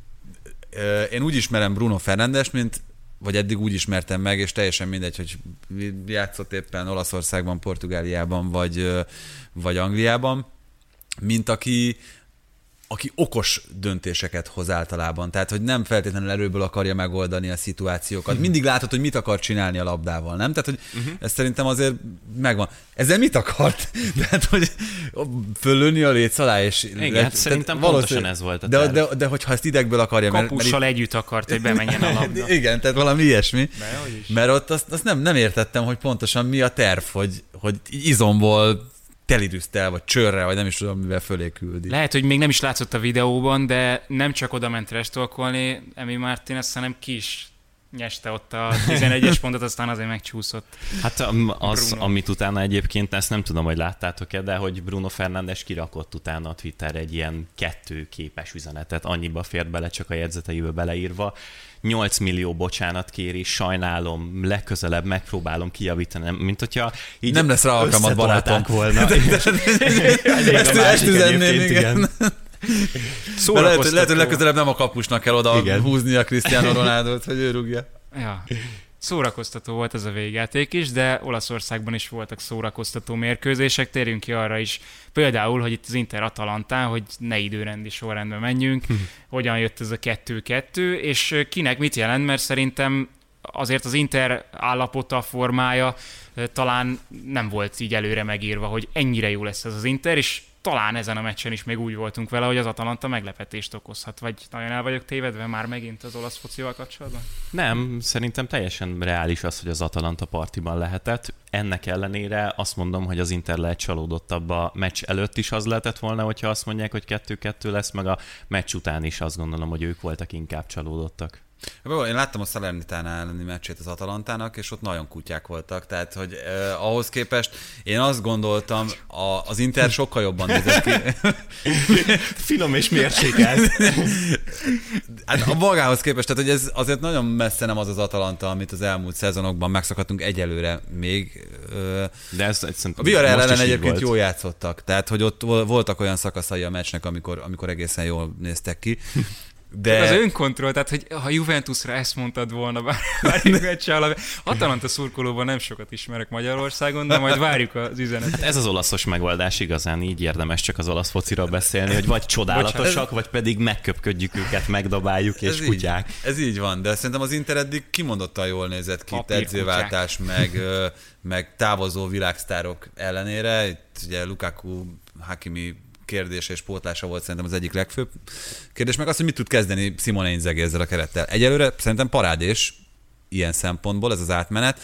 ö, én úgy ismerem Bruno Fernandest, mint vagy eddig úgy ismertem meg, és teljesen mindegy, hogy játszott éppen Olaszországban, Portugáliában, vagy, vagy Angliában, mint aki aki okos döntéseket hoz általában. Tehát, hogy nem feltétlenül erőből akarja megoldani a szituációkat. Mindig látod, hogy mit akar csinálni a labdával, nem? Tehát, hogy uh-huh. ez szerintem azért megvan. Ezzel mit akart? Tehát, hogy föllőni a léc alá, és... Igen, lehet, szerintem pontosan ez volt a de, de, de, de hogyha ezt idegből akarja... Kapussal mert, együtt akart, hogy bemenjen a labda. Igen, tehát valami ilyesmi. Mert ott azt, azt nem, nem értettem, hogy pontosan mi a terv, hogy, hogy izomból telidűztel, vagy csőrrel, vagy nem is tudom, mivel fölé küldi. Lehet, hogy még nem is látszott a videóban, de nem csak oda ment restolkolni Emi Martínez, hanem ki is nyeste ott a tizenegyes pontot, aztán azért megcsúszott. Hát az, Bruno. Amit utána egyébként, ezt nem tudom, hogy láttátok-e, de hogy Bruno Fernandes kirakott utána a Twitterre egy ilyen kettőképes üzenetet, annyiba fért bele, csak a jegyzeteibe beleírva. nyolc millió bocsánat kéri, sajnálom, legközelebb megpróbálom kijavítani, mint hogyha így nem lesz rá alkalmat, barátom. volna. Ezt üzenném, igen. Lehet, lehet, hogy legközelebb nem a kapusnak kell oda igen. húzni a Cristiano Ronaldot, hogy ő rúgja. Ja. Szórakoztató volt ez a végjáték is, de Olaszországban is voltak szórakoztató mérkőzések. Térjünk ki arra is, például, hogy itt az Inter Atalantán, hogy ne időrendi sorrendben menjünk, hm. hogyan jött ez a kettő-kettő, és kinek mit jelent, mert szerintem azért az Inter állapota, formája talán nem volt így előre megírva, hogy ennyire jó lesz ez az Inter, és talán ezen a meccsen is még úgy voltunk vele, hogy az Atalanta meglepetést okozhat, vagy nagyon el vagyok tévedve már megint az olasz focival kapcsolatban? Nem, szerintem teljesen reális az, hogy az Atalanta partiban lehetett. Ennek ellenére azt mondom, hogy az Inter lehet csalódottabb a meccs előtt is az lehetett volna, hogyha azt mondják, hogy kettő-kettő lesz, meg a meccs után is azt gondolom, hogy ők voltak inkább csalódottak. Én láttam a Salernitánál elleni meccsét az Atalantának, és ott nagyon kutyák voltak, tehát hogy eh, ahhoz képest én azt gondoltam, a, az Inter sokkal jobban nézett ki. Finom és mérsékelt. Hát a magához képest, tehát hogy ez azért nagyon messze nem az az Atalanta, amit az elmúlt szezonokban megszakadtunk egyelőre még. De ez, ez a Villarreal ellen egyébként jól játszottak, tehát hogy ott voltak olyan szakaszai a meccsnek, amikor, amikor egészen jól néztek ki. De... Az önkontroll, tehát hogy ha Juventusra ezt mondtad volna, bár, várjuk meccse alapján. Atalanta szurkolóban nem sokat ismerek Magyarországon, de majd várjuk az üzenetet. Hát ez az olaszos megoldás igazán, így érdemes csak az olasz fociról beszélni, hogy vagy csodálatosak, vagy pedig megköpködjük őket, megdobáljuk, és ez kutyák. Így, ez így van, de szerintem az Inter eddig kimondottan jól nézett ki, edzőváltás, meg, meg távozó világsztárok ellenére. Itt ugye Lukaku, Hakimi kérdés és pótlása volt szerintem az egyik legfőbb kérdés, meg az, hogy mit tud kezdeni Simone Inzaghi ezzel a kerettel. Egyelőre szerintem parádés ilyen szempontból ez az átmenet.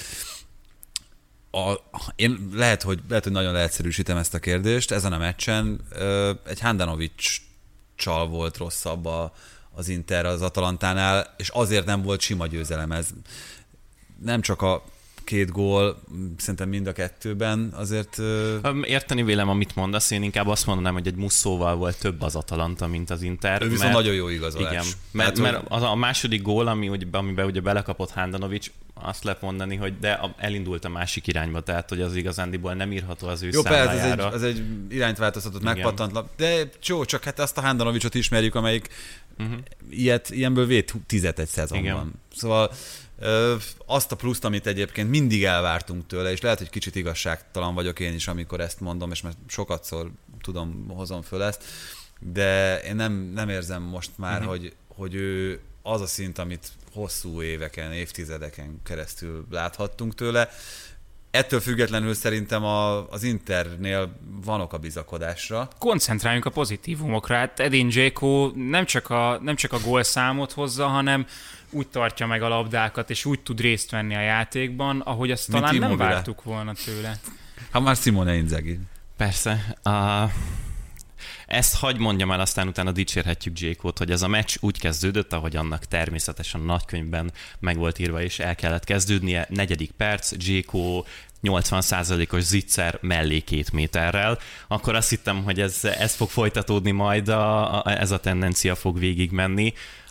A, én lehet hogy, lehet, hogy nagyon leegyszerűsítem ezt a kérdést. Ezen a meccsen egy Handanovic-csal volt rosszabb a, az Inter az Atalantánál, és azért nem volt sima győzelem ez. Nem csak a két gól, szerintem mind a kettőben azért... Érteni vélem, amit mondasz, én inkább azt mondanám, hogy egy Musszóval volt több az Atalanta, mint az Inter. Ez viszont nagyon jó igazolás. Igen, mert, mert az a második gól, ami, amiben ugye belekapott Handanovic, azt lehet mondani, hogy de elindult a másik irányba, tehát hogy az igazándiból nem írható az ő jó, számlájára. Jó, ez, ez egy irányt változtatott, megpattant, de jó, csak hát azt a Handanovicot ismerjük, amelyik uh-huh. ilyet, ilyenből vét tizet egy szezonban. Igen. Szóval Ö, azt a pluszt, amit egyébként mindig elvártunk tőle, és lehet, hogy kicsit igazságtalan vagyok én is, amikor ezt mondom, és mert sokatszor tudom, hozom föl ezt, de én nem, nem érzem most már, uh-huh. hogy, hogy ő az a szint, amit hosszú éveken, évtizedeken keresztül láthattunk tőle. Ettől függetlenül szerintem a, az Internél van ok a bizakodásra. Koncentráljunk a pozitívumokra. Hát Edin Dzeko nem csak a, nem csak a gólszámot hozza, hanem úgy tartja meg a labdákat, és úgy tud részt venni a játékban, ahogy azt Mint talán nem vártuk volna tőle. Ha már Simone Inzaghi. Persze. Uh, ezt hagy mondjam el, aztán utána dicsérhetjük Dzékót, hogy ez a meccs úgy kezdődött, ahogy annak természetesen a nagykönyvben meg volt írva, és el kellett kezdődnie. Negyedik perc, Dzékó nyolcvan százalékos zicser mellé két méterrel, akkor azt hittem, hogy ez, ez fog folytatódni majd, a, a, ez a tendencia fog végigmenni.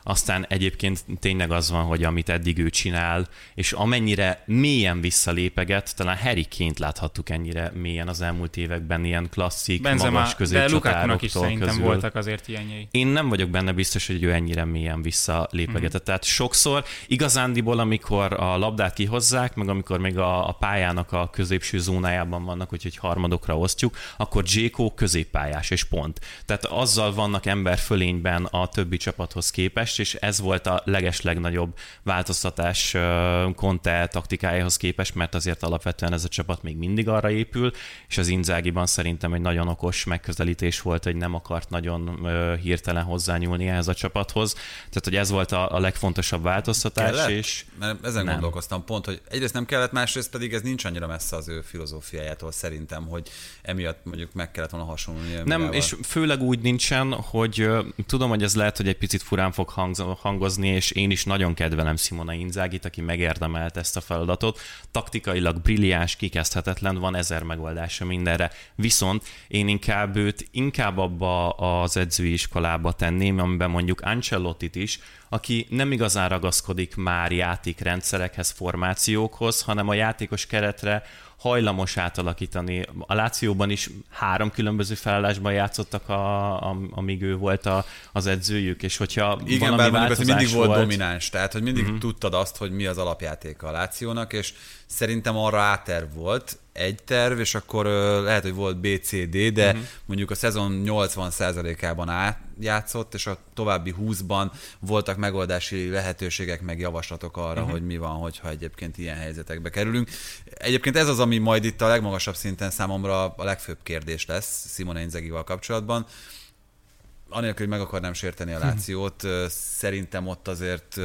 aztán egyébként tényleg az van, hogy amit eddig ő csinál, és amennyire mélyen visszalépeget, talán Harry Kane-t láthattuk ennyire mélyen az elmúlt években, ilyen klasszik, Benzema, magas középcsatároktól is szerintem közül. voltak azért ilyenjei. Én nem vagyok benne biztos, hogy ő ennyire mélyen visszalépegetett. Mm-hmm. Tehát sokszor igazándiból, amikor a labdát kihozzák, meg amikor még a, a pályának a középső zónájában vannak, úgyhogy harmadokra osztjuk, akkor Dzeko középpályás, és pont. Tehát azzal vannak ember fölényben a többi csapathoz képest, és ez volt a legeslegnagyobb változtatás Conte taktikájához képest, mert azért alapvetően ez a csapat még mindig arra épül, és az Inzaghiban szerintem egy nagyon okos megközelítés volt, hogy nem akart nagyon hirtelen hozzányúlni ehhez a csapathoz. Tehát, hogy ez volt a, a legfontosabb változtatás. Kellett? És mert ezen nem. gondolkoztam pont, hogy egyrészt nem kellett, másrészt pedig ez nincs annyira messze az ő filozófiájától szerintem, hogy emiatt mondjuk meg kellett volna hasonlulni. Nem, magával. és főleg úgy nincsen, hogy uh, tudom, hogy ez lehet, hogy egy picit furán fog hang- hangozni, és én is nagyon kedvelem Simone Inzaghit, aki megérdemelt ezt a feladatot. Taktikailag brilliáns, kikezdhetetlen, van ezer megoldása mindenre. Viszont én inkább őt inkább abba az edzői iskolába tenném, amiben mondjuk Ancelottit is, aki nem igazán ragaszkodik már játékrendszerekhez, formációkhoz, hanem a játékos keretre hajlamos átalakítani. A Lációban is három különböző felállásban játszottak, a, a, amíg ő volt a, az edzőjük, és hogyha igen, valami bár mondjuk az mindig volt, volt domináns, tehát hogy mindig uh-huh. tudtad azt, hogy mi az alapjátéka a Lációnak, és szerintem arra A-terv volt, egy terv, és akkor lehet, hogy volt B, C, D, de uh-huh. mondjuk a szezon nyolcvan százalékában átjátszott, és a további húszban voltak megoldási lehetőségek, meg javaslatok arra, uh-huh. hogy mi van, hogyha egyébként ilyen helyzetekbe kerülünk. Egyébként ez az, ami majd itt a legmagasabb szinten számomra a legfőbb kérdés lesz Simone Inzaghival kapcsolatban. Anélkül, hogy meg akarnám sérteni a Lációt, uh-huh. szerintem ott azért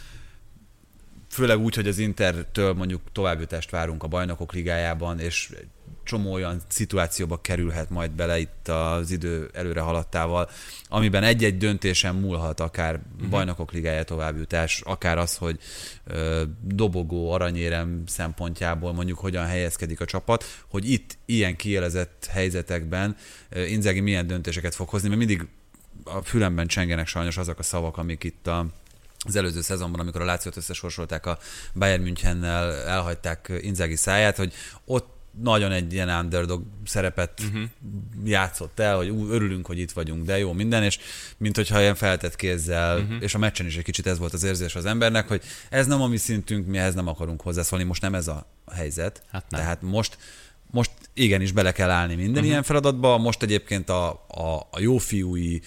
főleg úgy, hogy az Intertől mondjuk továbbjutást várunk a Bajnokok Ligájában, és csomó olyan szituációba kerülhet majd bele itt az idő előre haladtával, amiben egy-egy döntésen múlhat akár uh-huh. Bajnokok Ligája továbbjutás, akár az, hogy ö, dobogó, aranyérem szempontjából mondjuk hogyan helyezkedik a csapat, hogy itt ilyen kielezett helyzetekben ö, Inzaghi milyen döntéseket fog hozni, mert mindig a fülemben csengenek sajnos azok a szavak, amik itt a az előző szezonban, amikor a Lációt összesorsolták a Bayern Münchennel, elhagyták Inzaghi száját, hogy ott nagyon egy ilyen underdog szerepet uh-huh. játszott el, hogy ú, örülünk, hogy itt vagyunk, de jó minden, és mint hogyha ilyen feltett kézzel, uh-huh. és a meccsen is egy kicsit ez volt az érzés az embernek, hogy ez nem a mi szintünk, mi ehhez nem akarunk hozzászólni, most nem ez a helyzet. Hát nem. Tehát most most igenis bele kell állni minden uh-huh. ilyen feladatba, most egyébként a, a, a jó fiúi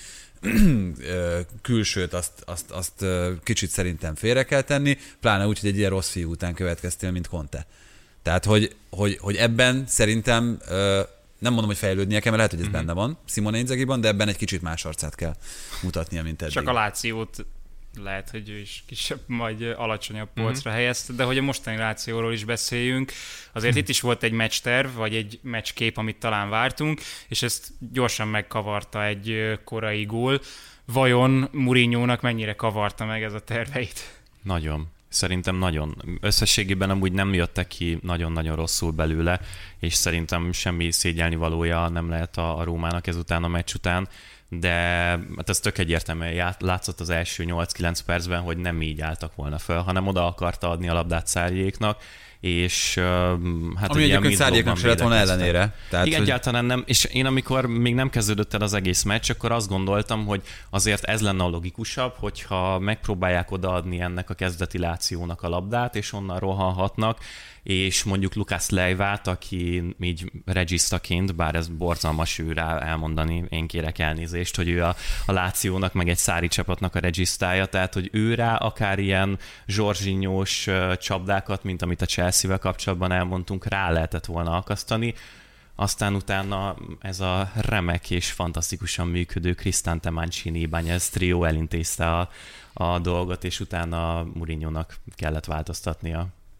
külsőt azt, azt, azt kicsit szerintem félre kell tenni, pláne úgy, hogy egy ilyen rossz fiú után következtél, mint Conte. Tehát, hogy, hogy, hogy ebben szerintem nem mondom, hogy fejlődnie kell, mert lehet, hogy ez uh-huh. benne van Simone Inzaghiban, de ebben egy kicsit más arcát kell mutatnia, mint eddig. Csak a Lációt lehet, hogy ő is kisebb, majd alacsonyabb polcra uh-huh. helyezte, de hogy a mostani Lációról is beszéljünk, azért uh-huh. itt is volt egy meccsterv, vagy egy meccskép, amit talán vártunk, és ezt gyorsan megkavarta egy korai gól. Vajon Mourinhónak mennyire kavarta meg ez a terveit? Nagyon. Szerintem nagyon. Összességében amúgy nem jöttek ki nagyon-nagyon rosszul belőle, és szerintem semmi szégyelni valója nem lehet a, a Rómának ezután a meccs után, de hát ez tök egyértelműen látszott az első nyolc-kilenc percben, hogy nem így álltak volna fel, hanem oda akarta adni a labdát Szárjéknak, és hát ami egyébként Szárjéknak se lett volna ellenére. Tehát, igen, hogy... egyáltalán nem, és én amikor még nem kezdődött el az egész meccs, akkor azt gondoltam, hogy azért ez lenne a logikusabb, hogyha megpróbálják odaadni ennek a kezdeti Lációnak a labdát, és onnan rohanhatnak, és mondjuk Lucas Leivát, aki így regisztaként, bár ez borzalmas ő rá elmondani, én kérek elnézést, hogy ő a, a Lációnak, meg egy Szári csapatnak a regisztája, tehát hogy ő rá akár ilyen Zsorzsinyós csapdákat, mint amit a Chelsea-vel kapcsolatban elmondtunk, rá lehetett volna akasztani. Aztán utána ez a remek és fantasztikusan működő Cristante Mancini Ibanez trió elintézte a, a dolgot, és utána Mourinhónak kellett változtatnia.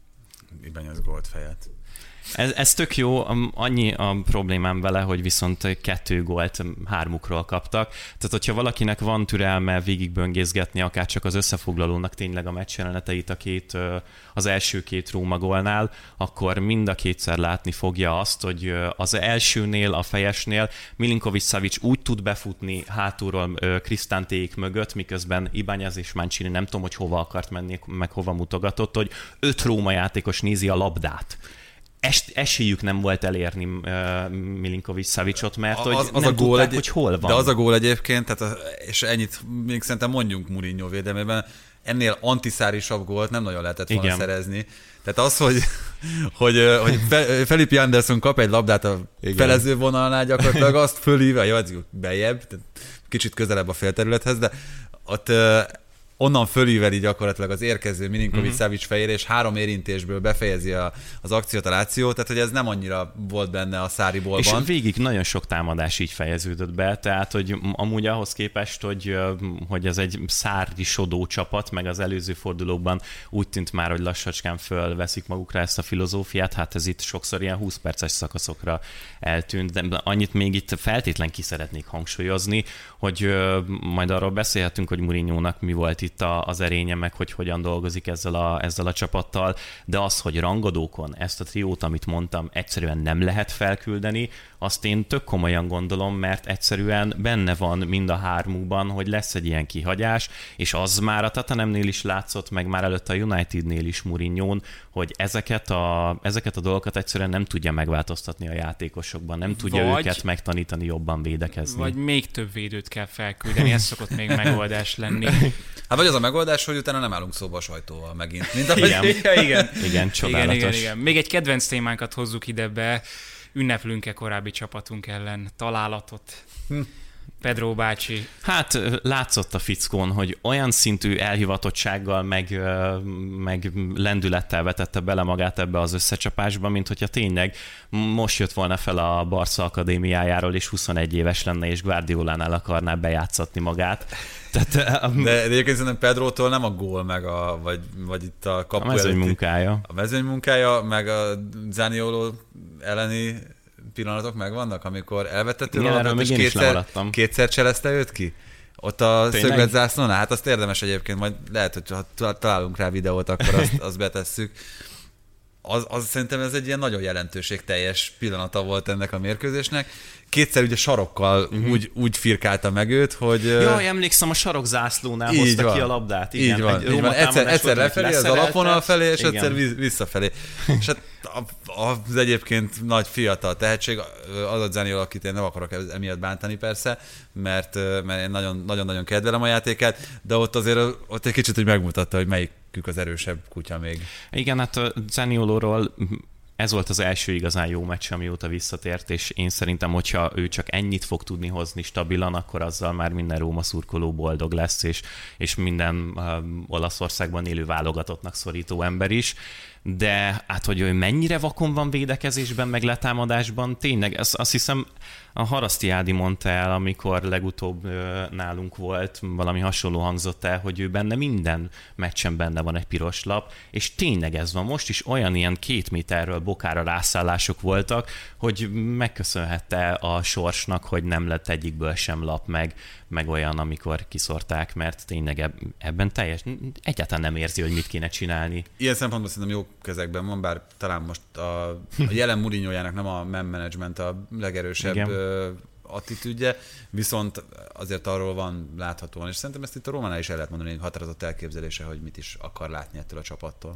Ibanez gólt fejet. Ez, ez tök jó, annyi a problémám vele, hogy viszont kettő gólt hármukról kaptak. Tehát, hogyha valakinek van türelme végigböngészgetni akár csak az összefoglalónak tényleg a meccsjeleneteit a két, az első két Róma gólnál, akkor mind a kétszer látni fogja azt, hogy az elsőnél, a fejesnél Milinković-Savić úgy tud befutni hátulról Krisztántéik mögött, miközben Ibanez és Mancini nem tudom, hogy hova akart menni, meg hova mutogatott, hogy öt Róma játékos nézi a labdát. Es- esélyük nem volt elérni uh, Milinković-Savićot, mert hogy az, az nem a gól tudták, egy... hogy hol van. De az a gól egyébként, tehát a, és ennyit még szerintem mondjunk Mourinho védelmében, ennél antiszárisabb gólt nem nagyon lehetett volna Igen. szerezni. Tehát az, hogy, hogy, hogy Felipe Anderson kap egy labdát a Igen. felező vonalnál gyakorlatilag, azt fölhívja, jó, ez bejebb, kicsit közelebb a félterülethez, de ott onnan fölíveli gyakorlatilag az érkező Milinković-Savić fejére, és három érintésből befejezi a, az akciót, a Láció, tehát hogy ez nem annyira volt benne a Sarribolban. És végig nagyon sok támadás így fejeződött be, tehát hogy amúgy ahhoz képest, hogy, hogy ez egy szárisodó csapat, meg az előző fordulókban úgy tűnt már, hogy lassacskán fölveszik magukra ezt a filozófiát, hát ez itt sokszor ilyen húsz perces szakaszokra eltűnt, de annyit még itt feltétlen ki szeretnék hangsúlyozni, hogy majd arról beszélhetünk, hogy Mourinhónak mi volt itt az erénye, meg hogy hogyan dolgozik ezzel a, ezzel a csapattal, de az, hogy rangadókon ezt a triót, amit mondtam, egyszerűen nem lehet felküldeni, azt én tök komolyan gondolom, mert egyszerűen benne van mind a hármukban, hogy lesz egy ilyen kihagyás, és az már a Tottenhamnél is látszott, meg már előtt a Unitednél is Mourinhón, hogy ezeket a, ezeket a dolgokat egyszerűen nem tudja megváltoztatni a játékosokban, nem tudja vagy, őket megtanítani jobban védekezni. Vagy még több védőt kell felküldeni, ez szokott még megoldás lenni. Hát vagy az a megoldás, hogy utána nem állunk szóba a sajtóval megint. Mint ahogy... igen. ja, igen. igen, csodálatos. Igen, igen, igen. Még egy kedvenc témánkat hozzuk ide be. Ünneplünk-e korábbi csapatunk ellen találatot? Hm. Pedro bácsi. Hát látszott a fickón, hogy olyan szintű elhivatottsággal meg, meg lendülettel vetette bele magát ebbe az összecsapásba, mint hogyha tényleg most jött volna fel a Barca akadémiájáról, és huszonegy éves lenne, és Guardiolánál akarná bejátszatni magát. Tehát, um, de egyébként szerintem Pedrótól nem a gól, meg a, vagy, vagy itt a kapu a mezőny munkája. A mezőny munkája, meg a Zanioló elleni pillanatok megvannak, amikor elvetett tőle a labdát, és kétszer, kétszer cselezte őt ki? Ott a szögletzászlónál? Hát azt érdemes egyébként, majd lehet, hogy ha találunk rá videót, akkor azt, azt betesszük. Az, az szerintem ez egy ilyen nagyon jelentőségteljes pillanata volt ennek a mérkőzésnek. Kétszer ugye sarokkal uh-huh. úgy, úgy firkálta meg őt, hogy... Jaj, emlékszem, a sarokzászlónál hozta van. ki a labdát. Igen, így van. Így van. Egyszer, egyszer lefelé, az alapvonal felé, és igen. egyszer visszafelé. És hát az egyébként nagy fiatal tehetség, az a Zanioló, akit én nem akarok emiatt bántani persze, mert, mert én nagyon, nagyon-nagyon kedvelem a játékát, de ott azért ott egy kicsit úgy megmutatta, hogy melyikük az erősebb kutya még. Igen, hát a Zaniolóról ez volt az első igazán jó meccs, amióta visszatért, és én szerintem, hogyha ő csak ennyit fog tudni hozni stabilan, akkor azzal már minden Róma szurkoló boldog lesz, és, és minden um, Olaszországban élő válogatottnak szorító ember is. De hát, hogy ő mennyire vakon van védekezésben, meg letámadásban, tényleg, azt, azt hiszem a Haraszti Ádi mondta el, amikor legutóbb ö, nálunk volt, valami hasonló hangzott el, hogy ő benne minden meccsen benne van egy piros lap, és tényleg ez van. Most is olyan ilyen két méterről bokára rászállások voltak, hogy megköszönhette a sorsnak, hogy nem lett egyikből sem lap meg, meg olyan, amikor kiszorták, mert tényleg ebben teljes, egyáltalán nem érzi, hogy mit kéne csinálni. Ilyen szempontból szerintem jó kezekben van, bár talán most a, a jelen Mourinhojának nem a man management a legerősebb igen. attitűdje, viszont azért arról van láthatóan, és szerintem ezt itt a Rómánál is el lehet mondani, hogy határozott elképzelése, hogy mit is akar látni ettől a csapattól.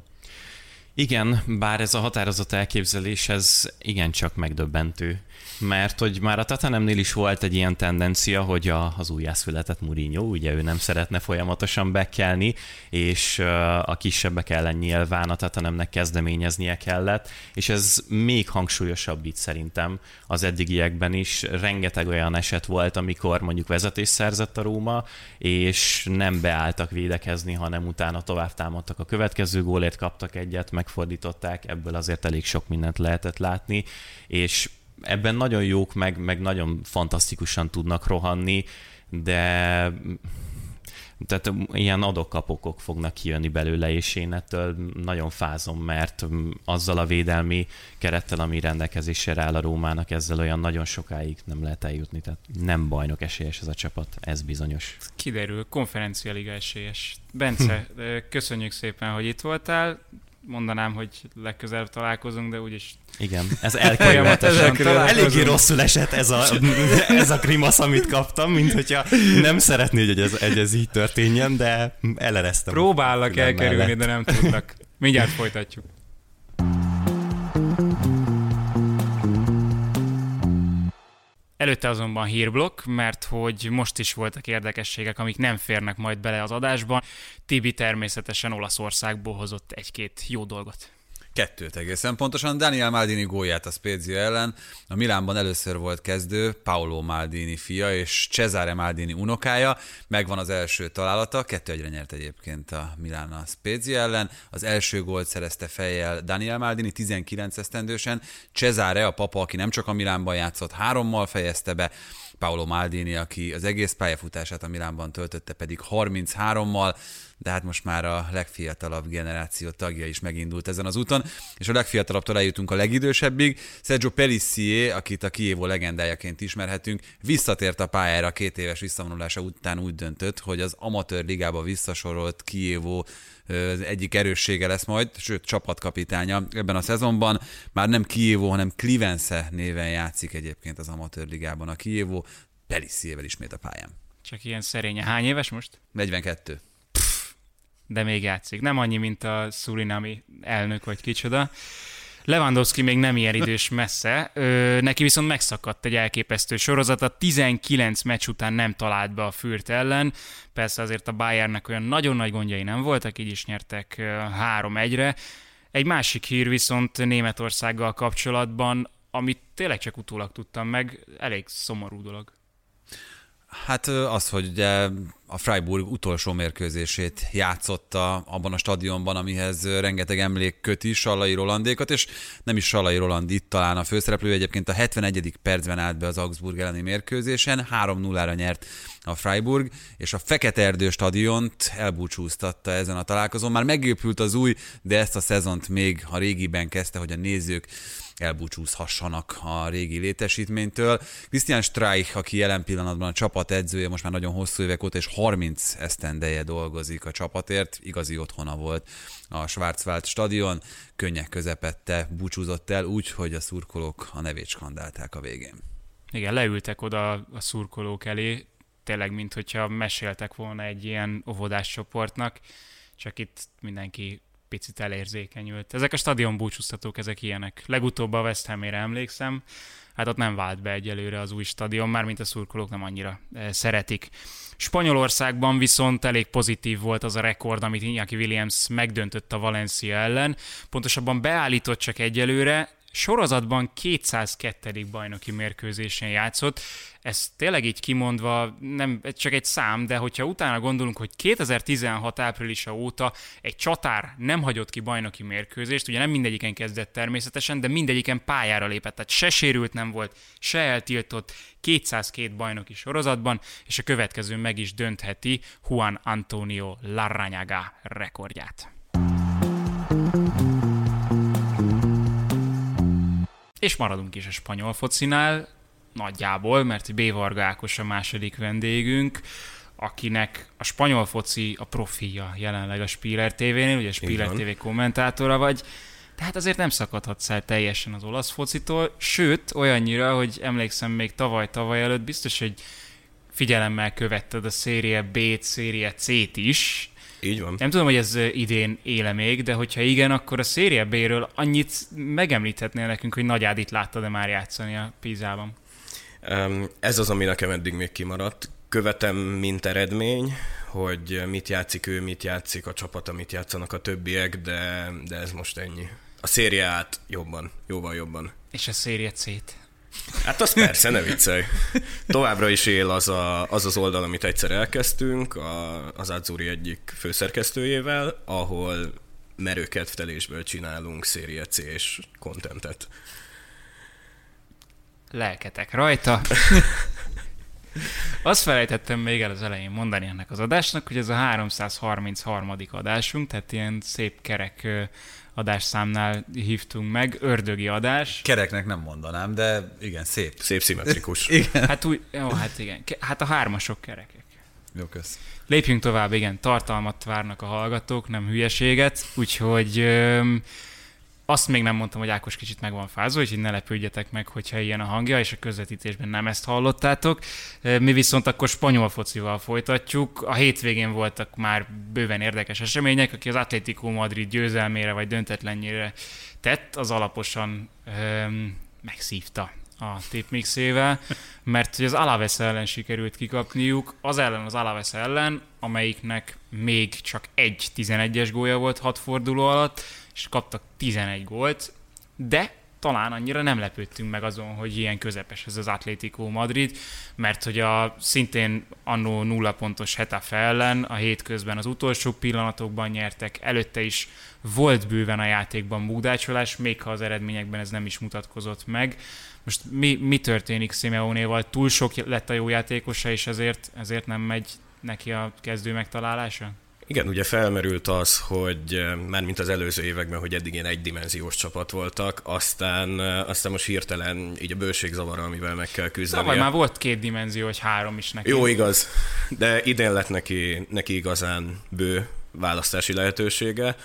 Igen, bár ez a határozott elképzelés, ez igencsak megdöbbentő. Mert hogy már a Tottenhamnél is volt egy ilyen tendencia, hogy a, az újjászületett Mourinho, ugye ő nem szeretne folyamatosan bekelni, és a kisebbek ellen nyilván a Tottenhamnek kezdeményeznie kellett, és ez még hangsúlyosabb itt szerintem az eddigiekben is. Rengeteg olyan eset volt, amikor mondjuk vezetés szerzett a Róma, és nem beálltak védekezni, hanem utána tovább támadtak a következő gólért, kaptak egyet, megfordították, ebből azért elég sok mindent lehetett látni, és ebben nagyon jók, meg, meg nagyon fantasztikusan tudnak rohanni, de, tehát ilyen adok-kapokok fognak kijönni belőle, és én ettől nagyon fázom, mert azzal a védelmi kerettel, ami rendelkezésre áll a Rómának, ezzel olyan nagyon sokáig nem lehet eljutni, tehát nem bajnok esélyes ez a csapat, ez bizonyos. Kiderül, konferencia liga esélyes. Bence, köszönjük szépen, hogy itt voltál. Mondanám, hogy legközelebb találkozunk, de úgyis... Igen, ez elkerülhetetlen. Eléggé rosszul esett ez a, ez a grimasz, amit kaptam, mint hogyha nem szeretné, hogy ez, ez így történjen, de eleresztem. Próbálnak elkerülni, mellett. De nem tudnak. Mindjárt folytatjuk. Előtte azonban hírblokk, mert hogy most is voltak érdekességek, amik nem férnek majd bele az adásban. Tibi természetesen Olaszországból hozott egy-két jó dolgot. Kettőt egészen pontosan. Daniel Maldini gólját a Spezia ellen. A Milánban először volt kezdő, Paolo Maldini fia és Cesare Maldini unokája. Megvan az első találata, kettő egyre nyert egyébként a Milán a Spezia ellen. Az első gólt szerezte fejjel Daniel Maldini tizenkilenc esztendősen. Cesare, a papa, aki nem csak a Milánban játszott, hárommal fejezte be. Paolo Maldini, aki az egész pályafutását a Milánban töltötte, pedig harminchárommal, de hát most már a legfiatalabb generáció tagja is megindult ezen az úton, és a legfiatalabbtól eljutunk a legidősebbig. Sergio Pellissier, akit a Chievo legendájaként ismerhetünk, visszatért a pályára két éves visszavonulása után, úgy döntött, hogy az amatőr ligába visszasorolt Chievo az egyik erőssége lesz majd, sőt csapatkapitánya ebben a szezonban. Már nem Chievo, hanem Clivense néven játszik egyébként az amatőr ligában a Chievo, Pellissiervel ismét a pályán. Csak ilyen szerénye. Hány éves most? negyvenkettő. De még játszik. Nem annyi, mint a szurinami elnök, vagy kicsoda. Lewandowski még nem ilyen idős messze, ö, neki viszont megszakadt egy elképesztő sorozata, tizenkilenc meccs után nem talált be a Fürth ellen, persze azért a Bayernnek olyan nagyon nagy gondjai nem voltak, így is nyertek három egyre. Egy másik hír viszont Németországgal kapcsolatban, amit tényleg csak utólag tudtam meg, elég szomorú dolog. Hát az, hogy ugye a Freiburg utolsó mérkőzését játszotta abban a stadionban, amihez rengeteg emlék köti Sallai Rolandékat, és nem is Sallai Roland itt talán a főszereplő, egyébként a hetvenegyedik percben állt be az Augsburg elleni mérkőzésen, három nullára nyert a Freiburg, és a Fekete-erdő stadiont elbúcsúztatta ezen a találkozón. Már megépült az új, de ezt a szezont még a régiben kezdte, hogy a nézők elbúcsúzhassanak a régi létesítménytől. Christian Streich, aki jelen pillanatban a csapat edzője, most már nagyon hosszú évek óta, és harminc esztendeje dolgozik a csapatért, igazi otthona volt a Schwarzwald stadion, könnyek közepette búcsúzott el úgy, hogy a szurkolók a nevét skandálták a végén. Igen, leültek oda a szurkolók elé, tényleg, mint hogyha meséltek volna egy ilyen óvodás csoportnak, csak itt mindenki picit elérzékenyült. Ezek a stadion búcsúztatók, ezek ilyenek. Legutóbb a West Hamére emlékszem, hát ott nem vált be egyelőre az új stadion, mármint a szurkolók nem annyira e, szeretik. Spanyolországban viszont elég pozitív volt az a rekord, amit Iñaki Williams megdöntött a Valencia ellen. Pontosabban beállított csak egyelőre, sorozatban kétszázkettő. bajnoki mérkőzésen játszott. Ez tényleg így kimondva nem csak egy szám, de hogyha utána gondolunk, hogy kétezer-tizenhat áprilisa óta egy csatár nem hagyott ki bajnoki mérkőzést, ugye nem mindegyiken kezdett természetesen, de mindegyiken pályára lépett, tehát se sérült nem volt, se eltiltott, kétszázkettő bajnoki sorozatban, és a következő meg is döntheti Juan Antonio Larrañaga rekordját. És maradunk is a spanyol focinál, nagyjából, mert B. Varga Ákos a második vendégünk, akinek a spanyol foci a profilja jelenleg a Spiller té vénél, ugye a Spiller té vé kommentátora vagy, tehát azért nem szakadhatsz el teljesen az olasz focitól, sőt, olyannyira, hogy emlékszem még tavaly-tavaly előtt biztos, hogy figyelemmel követted a Serie B-t, Serie C-t is. Így van. Nem tudom, hogy ez idén éle még, de hogyha igen, akkor a Serie B-ről annyit megemlíthetnél nekünk, hogy Nagy Ádit láttad-e már játszani a Pisában? Ez az, ami nekem eddig még kimaradt. Követem, mint eredmény, hogy mit játszik ő, mit játszik a csapat, mit játszanak a többiek, de, de ez most ennyi. A Serie A-t jobban, jóval jobban. És a Serie C-t? Hát az persze, ne viccelj. Továbbra is él az, a, az az oldal, amit egyszer elkezdtünk, a, az Azzurri egyik főszerkesztőjével, ahol merőkedvtelésből csinálunk Serie C-s contentet. Lelketek rajta. Azt felejtettem még el az elején mondani ennek az adásnak, hogy ez a háromszázharmincharmadik adásunk, tehát ilyen szép kerek adásszámnál hívtunk meg, ördögi adás. Kereknek nem mondanám, de igen, szép. Szép szimmetrikus. Igen. Hát úgy, jó, hát igen. Hát a hármasok kerekek. Jó, kösz. Lépjünk tovább, igen, tartalmat várnak a hallgatók, nem hülyeséget, úgyhogy öm, azt még nem mondtam, hogy Ákos kicsit meg van fázva, úgyhogy ne lepődjetek meg, hogyha ilyen a hangja, és a közvetítésben nem ezt hallottátok. Mi viszont akkor spanyol focival folytatjuk. A hétvégén voltak már bőven érdekes események, aki az Atlético Madrid győzelmére vagy döntetlenjére tett, az alaposan öm, megszívta a tipmixével, mert hogy az Alaves ellen sikerült kikapniuk, az ellen az Alaves ellen, amelyiknek még csak egy tizenegyes gólja volt hat forduló alatt, és kaptak tizenegy gólt, de talán annyira nem lepődtünk meg azon, hogy ilyen közepes ez az Atlético Madrid, mert hogy a szintén annó nulla pontos Getafe ellen a hétközben az utolsó pillanatokban nyertek, előtte is volt bőven a játékban búdácsolás, még ha az eredményekben ez nem is mutatkozott meg. Most mi, mi történik Simeonéval? Túl sok lett a jó játékosa, és ezért, ezért nem megy neki a kezdő megtalálása? Igen, ugye felmerült az, hogy már mint az előző években, hogy eddig ilyen egydimenziós csapat voltak, aztán, aztán most hirtelen így a bőségzavara, amivel meg kell küzdeni. Tavaly már volt két dimenzió, hogy három is neki. Jó, igaz, de idén lett neki, neki igazán bő választási lehetősége.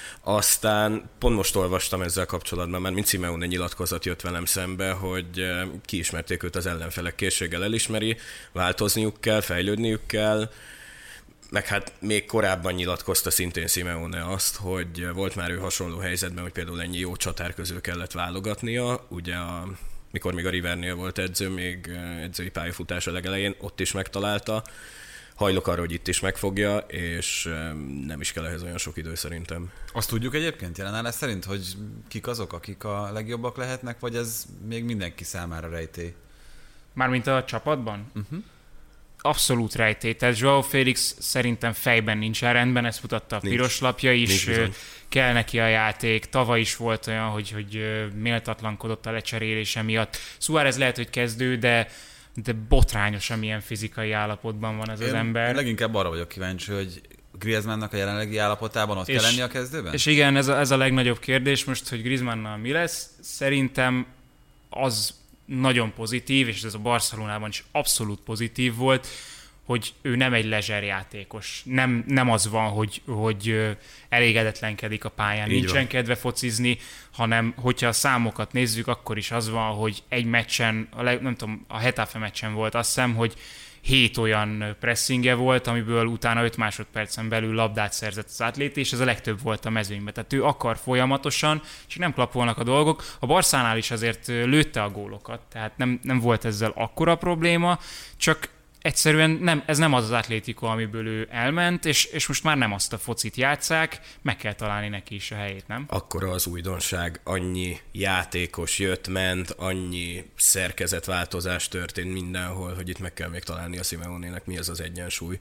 Aztán pont most olvastam ezzel kapcsolatban, mert mint Simeone nyilatkozat jött velem szembe, hogy kiismerték őt az ellenfelek, készséggel elismeri, változniuk kell, fejlődniük kell, meg hát még korábban nyilatkozta szintén Simeone azt, hogy volt már ő hasonló helyzetben, hogy például ennyi jó csatár közül kellett válogatnia, ugye a, mikor még a Rivernél volt edző, még edzői pályafutása legelején, ott is megtalálta. Hajlok arra, hogy itt is megfogja, és nem is kell ehhez olyan sok idő szerintem. Azt tudjuk egyébként jelenállás szerint, hogy kik azok, akik a legjobbak lehetnek, vagy ez még mindenki számára rejtély? Mármint a csapatban? Uh-huh. Abszolút rejtély. Tehát Joao Félix szerintem fejben nincsen rendben, ezt mutatta a Nincs. piros lapja is, Nincs kell neki a játék. Tavaly is volt olyan, hogy, hogy méltatlankodott a lecserélése miatt. Suárez lehet, hogy kezdő, de de botrányos, amilyen fizikai állapotban van ez Én az ember. Leginkább arra vagyok kíváncsi, hogy Griezmannnak a jelenlegi állapotában ott és, kell lenni a kezdőben? És igen, ez a, ez a legnagyobb kérdés most, hogy Griezmannnal mi lesz. Szerintem az nagyon pozitív, és ez a Barcelonában is abszolút pozitív volt, hogy ő nem egy lezser játékos. Nem, nem az van, hogy, hogy elégedetlenkedik a pályán, Így nincsen van. kedve focizni, hanem hogyha a számokat nézzük, akkor is az van, hogy egy meccsen, a leg, nem tudom, a Getafe meccsen volt, azt hiszem, hogy hét olyan pressingje volt, amiből utána öt másodpercen belül labdát szerzett az atlét, és ez a legtöbb volt a mezőnyben. Tehát ő akar folyamatosan, és nem klappolnak a dolgok. A Barszánál is azért lőtte a gólokat, tehát nem, nem volt ezzel akkora probléma, csak egyszerűen nem, ez nem az az Atlético, amiből ő elment, és, és most már nem azt a focit játsszák, meg kell találni neki is a helyét, nem? Akkora az újdonság, annyi játékos jött, ment, annyi szerkezetváltozás történt mindenhol, hogy itt meg kell még találni a Simeonének, mi az az egyensúly.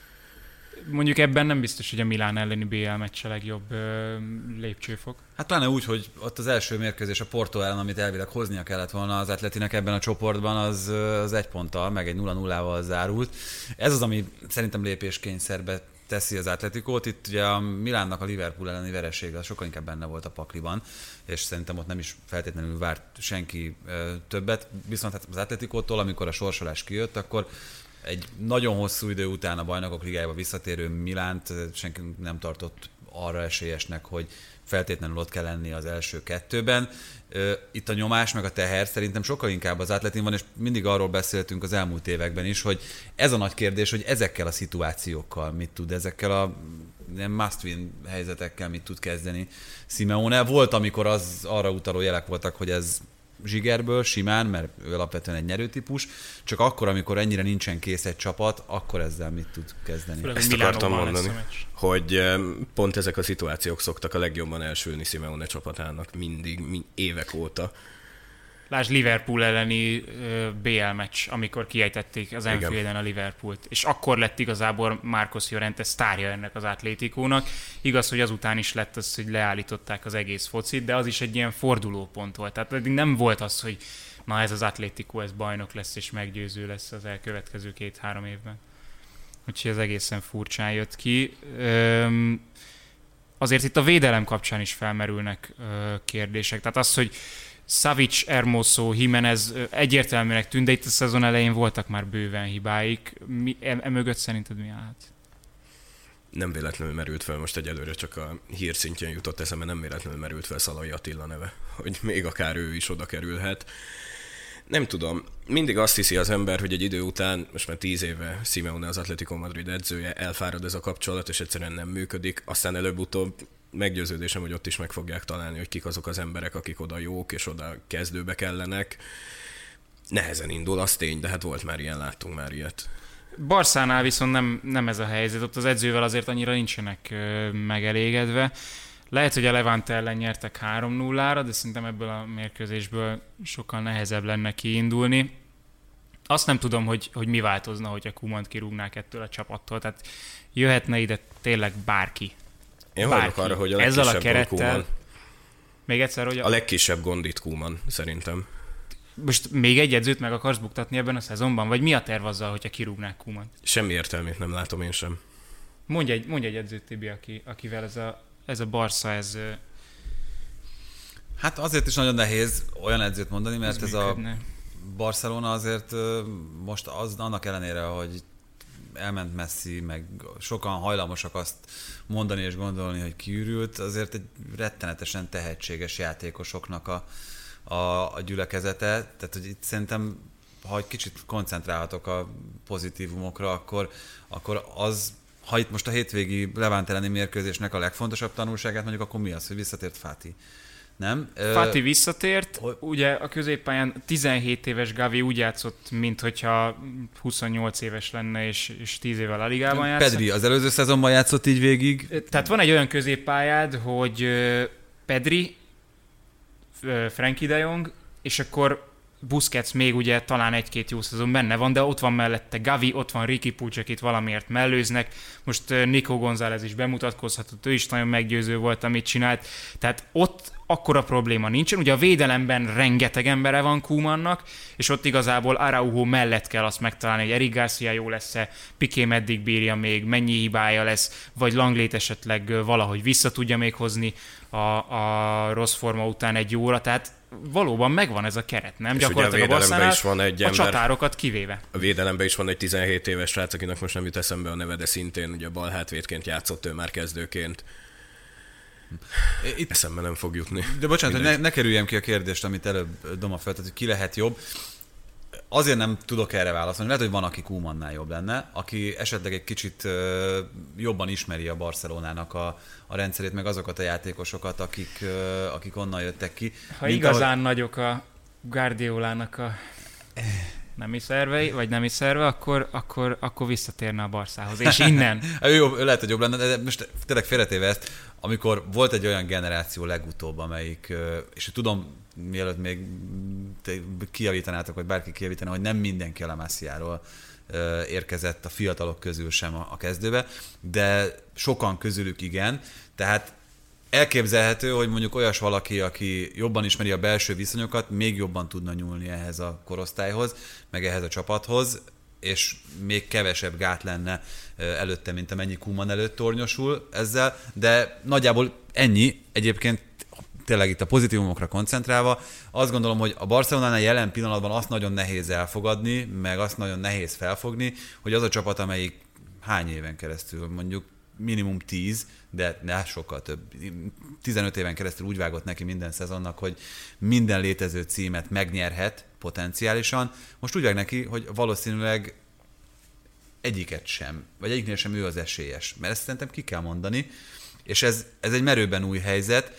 Mondjuk ebben nem biztos, hogy a Milán elleni bé el meccs a legjobb ö, lépcsőfok. Hát pláne úgy, hogy ott az első mérkőzés a Porto ellen, amit elvileg hoznia kellett volna az Atletinek ebben a csoportban, az, az egy ponttal, meg egy nulla nullával zárult. Ez az, ami szerintem lépéskényszerbe teszi az Atletikót. Itt ugye a Milánnak a Liverpool elleni veresége az sokkal inkább benne volt a pakliban, és szerintem ott nem is feltétlenül várt senki ö, többet. Viszont hát az Atletikótól, amikor a sorsolás kijött, akkor egy nagyon hosszú idő után a Bajnokok Ligájába visszatérő Milánt senki nem tartott arra esélyesnek, hogy feltétlenül ott kell lenni az első kettőben. Itt a nyomás meg a teher szerintem sokkal inkább az Atletin van, és mindig arról beszéltünk az elmúlt években is, hogy ez a nagy kérdés, hogy ezekkel a szituációkkal mit tud, ezekkel a nem must-win helyzetekkel mit tud kezdeni Simeone. Volt, amikor az arra utaló jelek voltak, hogy ez zsigerből, simán, mert ő alapvetően egy nyerőtípus, csak akkor, amikor ennyire nincsen kész egy csapat, akkor ezzel mit tud kezdeni. Főleg, Ezt Milánóban akartam mondani, lesz a meccs. hogy pont ezek a szituációk szoktak a legjobban elsülni Simeone csapatának mindig, mind, évek óta. Lásd Liverpool elleni ö, bé el meccs, amikor kiejtették az Anfielden a Liverpoolt. És akkor lett igazából Marcos Llorente sztárja ennek az Atlétikónak. Igaz, hogy azután is lett az, hogy leállították az egész focit, de az is egy ilyen fordulópont volt. Tehát eddig nem volt az, hogy na ez az Atlético, ez bajnok lesz és meggyőző lesz az elkövetkező két-három évben. Úgyhogy ez egészen furcsán jött ki. Öm, azért itt a védelem kapcsán is felmerülnek ö, kérdések. Tehát az, hogy Savic, Hermoso, Jimenez egyértelműnek tűnt, de itt a szezon elején voltak már bőven hibáik. Mi, emögött szerinted mi állt? Nem véletlenül merült fel, most egyelőre csak a hír szintjén jutott eszembe, nem véletlenül merült fel Szalai Attila neve, hogy még akár ő is oda kerülhet. Nem tudom, mindig azt hiszi az ember, hogy egy idő után, most már tíz éve Simeone az Atletico Madrid edzője, elfárad ez a kapcsolat, és egyszerűen nem működik, aztán előbb-utóbb meggyőződésem, hogy ott is meg fogják találni, hogy kik azok az emberek, akik oda jók, és oda kezdőbe kellenek. Nehezen indul, az tény, de hát volt már ilyen, láttunk már ilyet. Barszánál viszont nem, nem ez a helyzet, ott az edzővel azért annyira nincsenek ö, megelégedve. Lehet, hogy a Levante ellen nyertek három nullára, de szerintem ebből a mérkőzésből sokkal nehezebb lenne kiindulni. Azt nem tudom, hogy, hogy mi változna, hogyha Koemant kirúgnák ettől a csapattól. Tehát jöhetne ide tényleg bárki. Én hallok arra, hogy a legkisebb ezzel a kerettel, Koeman. Még egyszer, hogy a... a legkisebb gond itt Koeman, szerintem. Most még egy edzőt meg akarsz buktatni ebben a szezonban? Vagy mi a terv azzal, hogyha kirúgnák Koemant? Semmi értelmét nem látom én sem. Mondj egy, mondj egy edzőt, Tibi, aki, akivel ez a, ez a Barca, ez... Hát azért is nagyon nehéz olyan edzőt mondani, mert ez, ez a Barcelona azért most az, annak ellenére, hogy elment Messi, meg sokan hajlamosak azt mondani és gondolni, hogy kiürült, azért egy rettenetesen tehetséges játékosoknak a, a, a gyülekezete. Tehát, hogy itt szerintem, ha egy kicsit koncentrálhatok a pozitívumokra, akkor, akkor az, ha itt most a hétvégi Levante elleni mérkőzésnek a legfontosabb tanulságát mondjuk, akkor mi az, hogy visszatért Fati? Nem? Fati visszatért, ugye a középpályán tizenhét éves Gavi úgy játszott, minthogyha huszonnyolc éves lenne, és, és tíz évvel a ligában játszott. Pedri az előző szezonban játszott így végig. Tehát van egy olyan középpályád, hogy Pedri, Frenkie de Jong, és akkor Busquets még ugye talán egy-két jó szezon benne van, de ott van mellette Gavi, ott van Riqui Puig, akit valamiért mellőznek. Most Nico González is bemutatkozhatott, ő is nagyon meggyőző volt, amit csinált. Tehát ott akkora probléma nincsen. Ugye a védelemben rengeteg embere van Koemannak, és ott igazából Araujo mellett kell azt megtalálni, hogy Eric Garcia jó lesz-e, Piqué meddig bírja még, mennyi hibája lesz, vagy Langlét esetleg valahogy vissza tudja még hozni a, a rossz forma után egy jóra. Tehát valóban megvan ez a keret, nem? És gyakorlatilag a Barszánál is van egy a ember, csatárokat kivéve. A védelemben is van egy tizenhét éves srác, akinek most nem jut eszembe a neve, de szintén ugye bal hátvédként játszott ő már kezdőként. Itt eszembe nem fog jutni. De bocsánat, hogy ne, ne kerüljem ki a kérdést, amit előbb Doma feltett, hogy ki lehet jobb. Azért nem tudok erre válaszolni. Lehet, hogy van, aki Koemannál jobb lenne, aki esetleg egy kicsit uh, jobban ismeri a Barcelonának a, a rendszerét, meg azokat a játékosokat, akik, uh, akik onnan jöttek ki. Ha Mint igazán ahogy... nagyok a Guardiolának a nemi szervei, vagy nemi szerve, akkor, akkor, akkor visszatérne a Barszához. És innen. ő, jobb, ő lehet, hogy jobb lenne, de most tényleg félretéve ezt, amikor volt egy olyan generáció legutóbb, amelyik, és tudom, mielőtt még kijavítanátok, vagy bárki kijavítaná, hogy nem mindenki a La Masiáról érkezett a fiatalok közül sem a kezdőbe, de sokan közülük igen, tehát elképzelhető, hogy mondjuk olyas valaki, aki jobban ismeri a belső viszonyokat, még jobban tudna nyúlni ehhez a korosztályhoz, meg ehhez a csapathoz, és még kevesebb gát lenne előtte, mint amennyi Koeman előtt tornyosul ezzel, de nagyjából ennyi. Egyébként tényleg itt a pozitívumokra koncentrálva, azt gondolom, hogy a Barcelonánál jelen pillanatban azt nagyon nehéz elfogadni, meg azt nagyon nehéz felfogni, hogy az a csapat, amelyik hány éven keresztül, mondjuk minimum tíz, de ne sokkal több, tizenöt éven keresztül úgy vágott neki minden szezonnak, hogy minden létező címet megnyerhet potenciálisan. Most úgy vág neki, hogy valószínűleg egyiket sem, vagy egyiknél sem ő az esélyes. Mert ezt szerintem ki kell mondani, és ez, ez egy merőben új helyzet.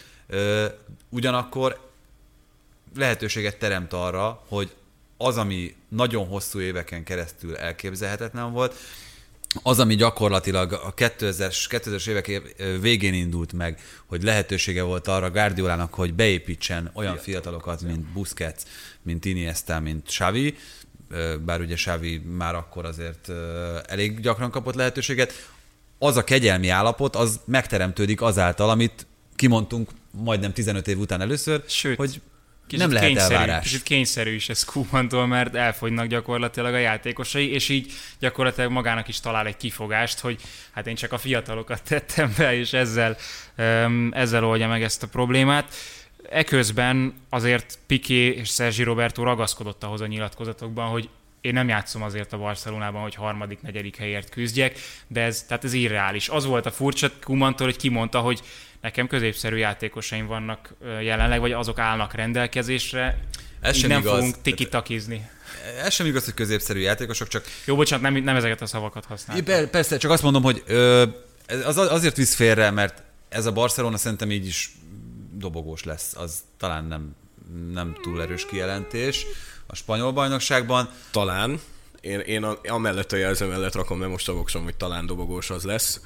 Ugyanakkor lehetőséget teremt arra, hogy az, ami nagyon hosszú éveken keresztül elképzelhetetlen volt, az, ami gyakorlatilag a kétezres évek végén indult meg, hogy lehetősége volt arra Guardiolának, hogy beépítsen olyan fiatalokat, mint Busquets, mint Iniesta, mint Xavi, bár ugye Xavi már akkor azért elég gyakran kapott lehetőséget, az a kegyelmi állapot, az megteremtődik azáltal, amit kimondtunk majdnem tizenöt év után először, Sőt, hogy kicsit nem lehet kényszerű, elvárás. Kicsit kényszerű is ez Koemantól, mert elfogynak gyakorlatilag a játékosai, és így gyakorlatilag magának is talál egy kifogást, hogy hát én csak a fiatalokat tettem be, és ezzel, ezzel oldja meg ezt a problémát. Eközben azért Piqué és Sergi Roberto ragaszkodott ahhoz a nyilatkozatokban, hogy én nem játszom azért a Barcelonában, hogy harmadik, negyedik helyért küzdjek, de ez, tehát ez irreális. Az volt a furcsa Koemantól, hogy kimondta, hogy nekem középszerű játékosaim vannak jelenleg, vagy azok állnak rendelkezésre, ez így nem igaz. fogunk tiki-takizni. Ez sem igaz, hogy középszerű játékosok, csak... Jó, bocsánat, nem, nem ezeket a szavakat használtam. Persze, csak azt mondom, hogy ö, az azért visz félre, mert ez a Barcelona szerintem így is dobogós lesz. Az talán nem, nem túl erős kijelentés a spanyol bajnokságban. Talán. Én, én a, amellett a jelző mellett rakom le most a voksom, hogy talán dobogós az lesz.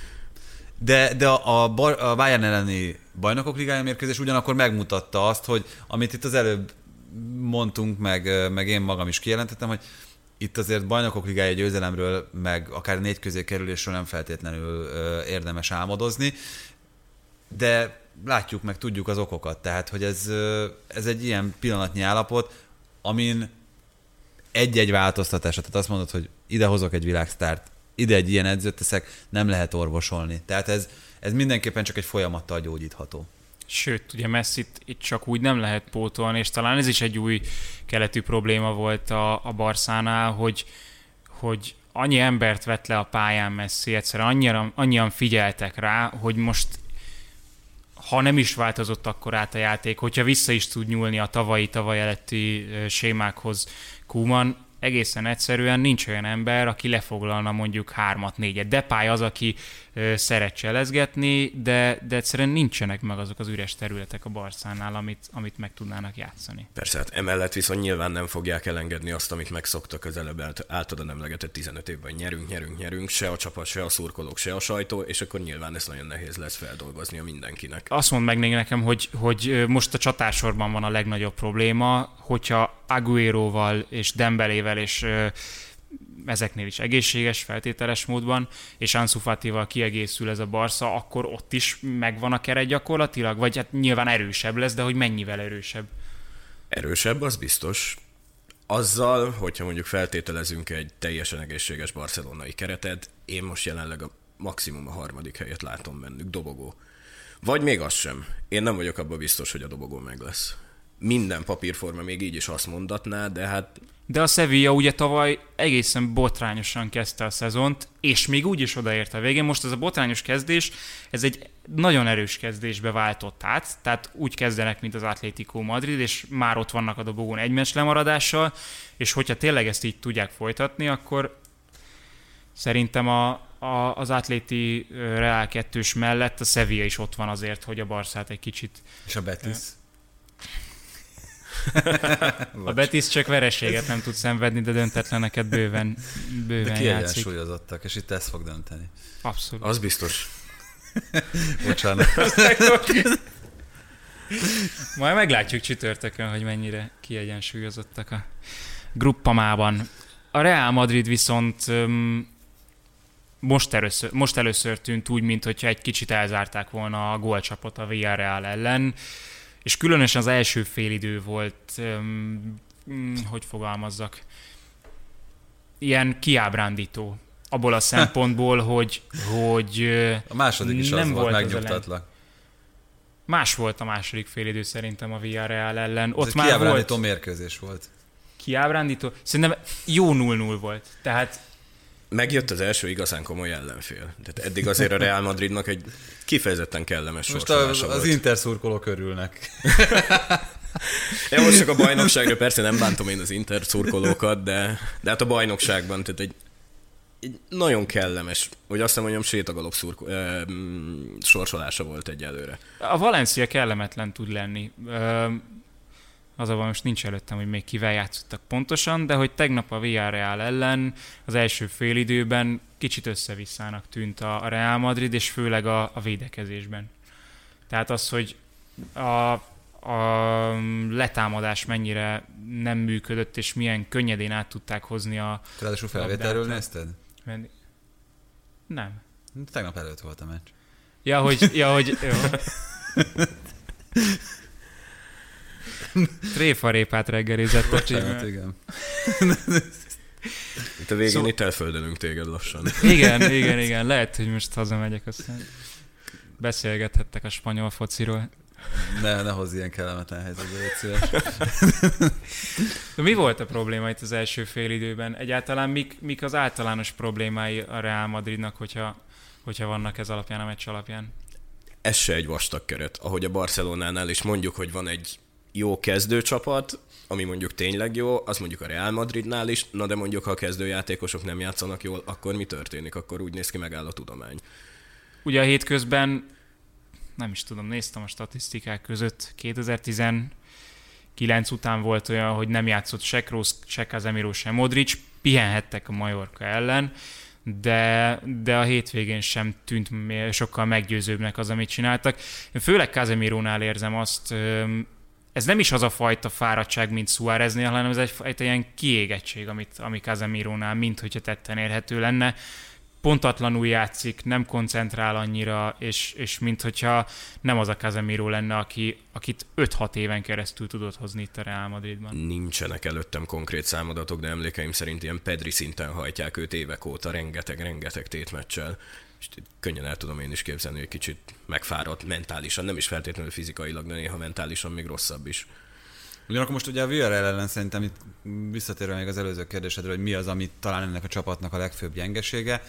De, de a, a, Bar, a Bayern elleni bajnokok ligája mérkőzés ugyanakkor megmutatta azt, hogy amit itt az előbb mondtunk, meg, meg én magam is kijelentettem, hogy itt azért bajnokok ligája győzelemről, meg akár négy közé kerülésről nem feltétlenül ö, érdemes álmodozni, de látjuk meg, tudjuk az okokat. Tehát, hogy ez, ez egy ilyen pillanatnyi állapot, amin egy-egy változtatás, tehát azt mondod, hogy ide hozok egy világsztárt, ide egy ilyen edzőt teszek, nem lehet orvosolni. Tehát ez, ez mindenképpen csak egy folyamattal gyógyítható. Sőt, ugye Messit itt csak úgy nem lehet pótolni, és talán ez is egy új keletű probléma volt a, a Barszánál, hogy, hogy annyi embert vett le a pályán Messi, egyszerűen annyira, annyian figyeltek rá, hogy most ha nem is változott akkor át a játék, hogyha vissza is tud nyúlni a tavalyi, tavaly előtti sémákhoz Koeman, egészen egyszerűen nincs olyan ember, aki lefoglalna mondjuk hármat, négyet. Depay az, aki ö, szeret cselezgetni, de, de egyszerűen nincsenek meg azok az üres területek a Barszánál, amit, amit meg tudnának játszani. Persze, hát emellett viszont nyilván nem fogják elengedni azt, amit megszoktak az előbb általad emlegetett tizenöt évben, nyerünk, nyerünk, nyerünk, se a csapat, se a szurkolók, se a sajtó, és akkor nyilván ez nagyon nehéz lesz feldolgoznia mindenkinek. Azt mondd meg nekem, hogy, hogy most a csatársorban van a legnagyobb probléma, hogyha Agüeróval és Dembelével és ö, ezeknél is egészséges, feltételes módban, és Ansu Fatival kiegészül ez a Barca, akkor ott is megvan a keret gyakorlatilag? Vagy hát nyilván erősebb lesz, de hogy mennyivel erősebb? Erősebb, az biztos. Azzal, hogyha mondjuk feltételezünk egy teljesen egészséges barcelonai keretet, én most jelenleg a maximum a harmadik helyet látom bennük, dobogó. Vagy még az sem. Én nem vagyok abban biztos, hogy a dobogó meg lesz. Minden papírforma még így is azt mondatná, de hát... De a Sevilla ugye tavaly egészen botrányosan kezdte a szezont, és még úgy is odaért a végén. Most ez a botrányos kezdés, ez egy nagyon erős kezdésbe váltott át, tehát úgy kezdenek, mint az Atlético Madrid, és már ott vannak a dobogón egy meccs lemaradással, és hogyha tényleg ezt így tudják folytatni, akkor szerintem a, a, az Atléti Real kettős mellett a Sevilla is ott van azért, hogy a Barszát egy kicsit... És a Betis? A Betis csak vereséget nem tud szenvedni, de döntetleneket bőven, bőven de játszik. kiegyensúlyozottak, és itt ez fog dönteni. Abszolút. Az biztos. Bocsánat. Majd meglátjuk csütörtökön, hogy mennyire kiegyensúlyozottak a gruppamában. A Real Madrid viszont um, most, először, most először tűnt úgy, mintha egy kicsit elzárták volna a gólcsapot a Villarreal ellen, és különösen az első félidő volt, um, hogy fogalmazzak, ilyen kiábrándító. Abból a szempontból, hogy, hogy a második is nem az volt, volt megnyugtatlak. Más volt a második félidő szerintem a Villarreal ellen. Ez ott egy már kiábrándító volt mérkőzés volt. Kiábrándító? Szerintem jó null null volt. Tehát megjött az első igazán komoly ellenfél. Tehát eddig azért a Real Madridnak egy kifejezetten kellemes most sorsolása az, az volt. Inter szurkolók örülnek. Én most csak a bajnokságra, persze nem bántom én az Inter szurkolókat, de, de hát a bajnokságban tehát egy, egy nagyon kellemes, hogy azt nem mondjam, sétagalop szurko, eh, sorsolása volt egyelőre. A Valencia kellemetlen tud lenni. Az a baj, most nincs előttem, hogy még kivel játszottak pontosan, de hogy tegnap a Villarreal ellen az első félidőben kicsit összevisszának tűnt a Real Madrid, és főleg a, a védekezésben. Tehát az, hogy a, a letámadás mennyire nem működött, és milyen könnyedén át tudták hozni a... Ráadásul felvételről nézted? Nem. Tegnap előtt volt a meccs. Ja, hogy... Ja, hogy jó. Tréfarépát reggelizett a Bocsánat, igen. Itt a végén Szó... itt elföldelünk téged lassan. Igen, igen, igen. Lehet, hogy most hazamegyek, aztán beszélgethettek a spanyol fociról. Ne, ne hozz ilyen kellemetlen helyzetbe, légy szíves. Mi volt a probléma itt az első fél időben? Egyáltalán mik, mik az általános problémái a Real Madridnak, hogyha, hogyha vannak ez alapján, a meccs alapján? Ez se egy vastag keret. Ahogy a Barcelonánál is mondjuk, hogy van egy jó kezdőcsapat, ami mondjuk tényleg jó, az mondjuk a Real Madridnál is, na de mondjuk, ha a kezdőjátékosok nem játszanak jól, akkor mi történik? Akkor úgy néz ki, megáll a tudomány. Ugye a hétközben, nem is tudom, néztem a statisztikák között, kétezer-tizenkilenc után volt olyan, hogy nem játszott se Kroos, se Casemiro, se Modric, pihenhettek a Mallorca ellen, de, de a hétvégén sem tűnt sokkal meggyőzőbbnek az, amit csináltak. Én főleg Casemirónál érzem azt, ez nem is az a fajta fáradtság, mint Suáreznél, hanem ez egyfajta ilyen kiégettség, amit, ami Casemirónál, mint hogyha tetten érhető lenne. Pontatlanul játszik, nem koncentrál annyira, és, és mint hogyha nem az a Casemiro lenne, aki, akit öt-hat éven keresztül tudott hozni itt a Real Madridban. Nincsenek előttem konkrét számadatok, de emlékeim szerint ilyen Pedri szinten hajtják őt évek óta, rengeteg-rengeteg tétmeccsel. És könnyen el tudom én is képzelni, hogy kicsit megfáradt mentálisan, nem is feltétlenül fizikailag, de néha mentálisan még rosszabb is. Ugyanakkor most ugye a Villarreal ellen szerintem itt visszatérve még az előző kérdésedre, hogy mi az, amit talán ennek a csapatnak a legfőbb gyengesége.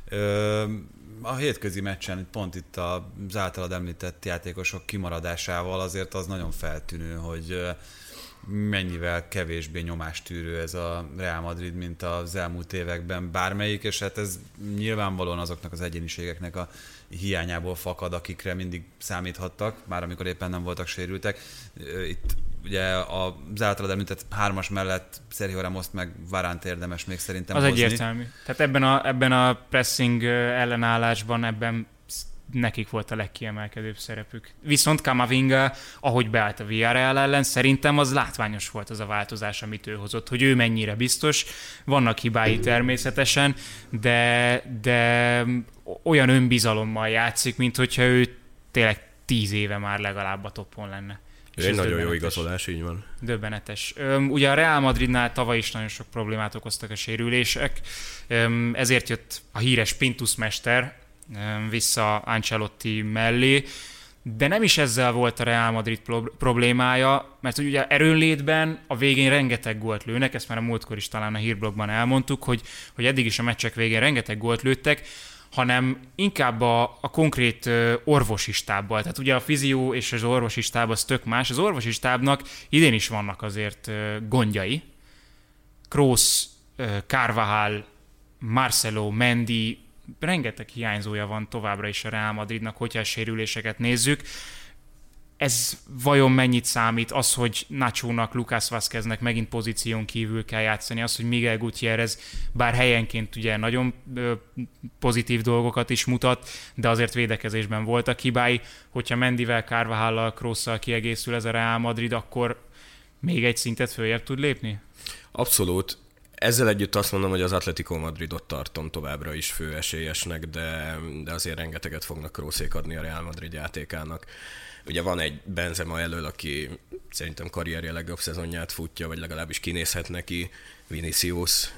A hétközi meccsen pont itt az általad említett játékosok kimaradásával azért az nagyon feltűnő, hogy mennyivel kevésbé nyomástűrő ez a Real Madrid, mint az elmúlt években bármelyik, és hát ez nyilvánvalóan azoknak az egyéniségeknek a hiányából fakad, akikre mindig számíthattak, már amikor éppen nem voltak sérültek. Itt ugye az általad említett hármas mellett Sergio Ramoszt meg Varánt érdemes még szerintem az hozni. egyértelmű. Tehát ebben a, ebben a pressing ellenállásban ebben nekik volt a legkiemelkedőbb szerepük. Viszont Camavinga, ahogy beállt a Villarreal ellen, szerintem az látványos volt az a változás, amit ő hozott, hogy ő mennyire biztos. Vannak hibái természetesen, de, de olyan önbizalommal játszik, mint hogyha ő tényleg tíz éve már legalább a toppon lenne. Ez egy nagyon jó igazolás, így van. Döbbenetes. Ugye a Real Madridnál tavaly is nagyon sok problémát okoztak a sérülések, ezért jött a híres Pintus mester vissza Ancelotti mellé, de nem is ezzel volt a Real Madrid problémája, mert ugye erőnlétben a végén rengeteg gólt lőnek, ezt már a múltkor is talán a hírblogban elmondtuk, hogy, hogy eddig is a meccsek végén rengeteg gólt lőttek, hanem inkább a, a konkrét orvosi stábbal. Tehát ugye a fizió és az orvosi stáb az tök más. Az orvosi stábnak idén is vannak azért gondjai. Kroos, Carvajal, Marcelo, Mendy, rengeteg hiányzója van továbbra is a Real Madridnak, hogyha a sérüléseket nézzük. Ez vajon mennyit számít? Az, hogy Nachónak, Lucas Vázqueznek megint pozíción kívül kell játszani, az, hogy Miguel Gutiérrez bár helyenként ugye nagyon ö, pozitív dolgokat is mutat, de azért védekezésben voltak hibái. Hogyha Mendyvel, Carvajallal, Kroosszal kiegészül ez a Real Madrid, akkor még egy szintet följebb tud lépni? Abszolút. Ezzel együtt azt mondom, hogy az Atletico Madridot tartom továbbra is fő esélyesnek, de, de azért rengeteget fognak Krooszék adni a Real Madrid játékának. Ugye van egy Benzema elől, aki szerintem karrierje legjobb szezonját futja, vagy legalábbis kinézhet neki, Vinicius.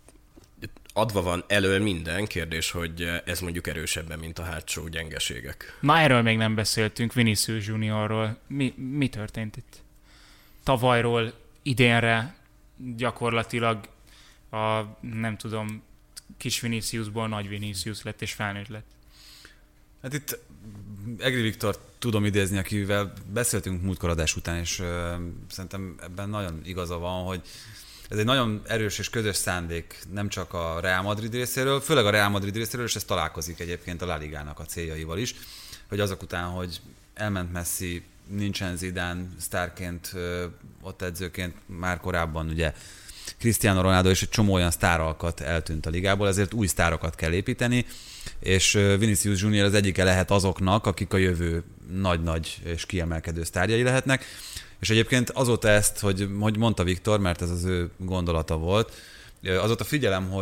Adva van elől minden, kérdés, hogy ez mondjuk erősebben, mint a hátsó gyengeségek. Na, erről még nem beszéltünk, Vinicius Juniorról. Mi, mi történt itt? Tavalyról idénre gyakorlatilag a, nem tudom, kis Viniciusból nagy Vinicius lett és felnőtt lett. Hát itt Egri Viktor tudom idézni, akivel beszéltünk múltkor adás után, és uh, szerintem ebben nagyon igaza van, hogy ez egy nagyon erős és közös szándék nem csak a Real Madrid részéről, főleg a Real Madrid részéről, és ez találkozik egyébként a La Ligának a céljaival is, hogy azok után, hogy elment Messi, nincsen Zidane, sztárként, uh, ott edzőként már korábban ugye Cristiano Ronaldo és egy csomó olyan sztáralkat eltűnt a ligából, ezért új sztárokat kell építeni, és Vinicius Junior az egyike lehet azoknak, akik a jövő nagy-nagy és kiemelkedő sztárjai lehetnek. És egyébként azóta ezt, hogy, hogy mondta Viktor, mert ez az ő gondolata volt, azóta figyelem, hogy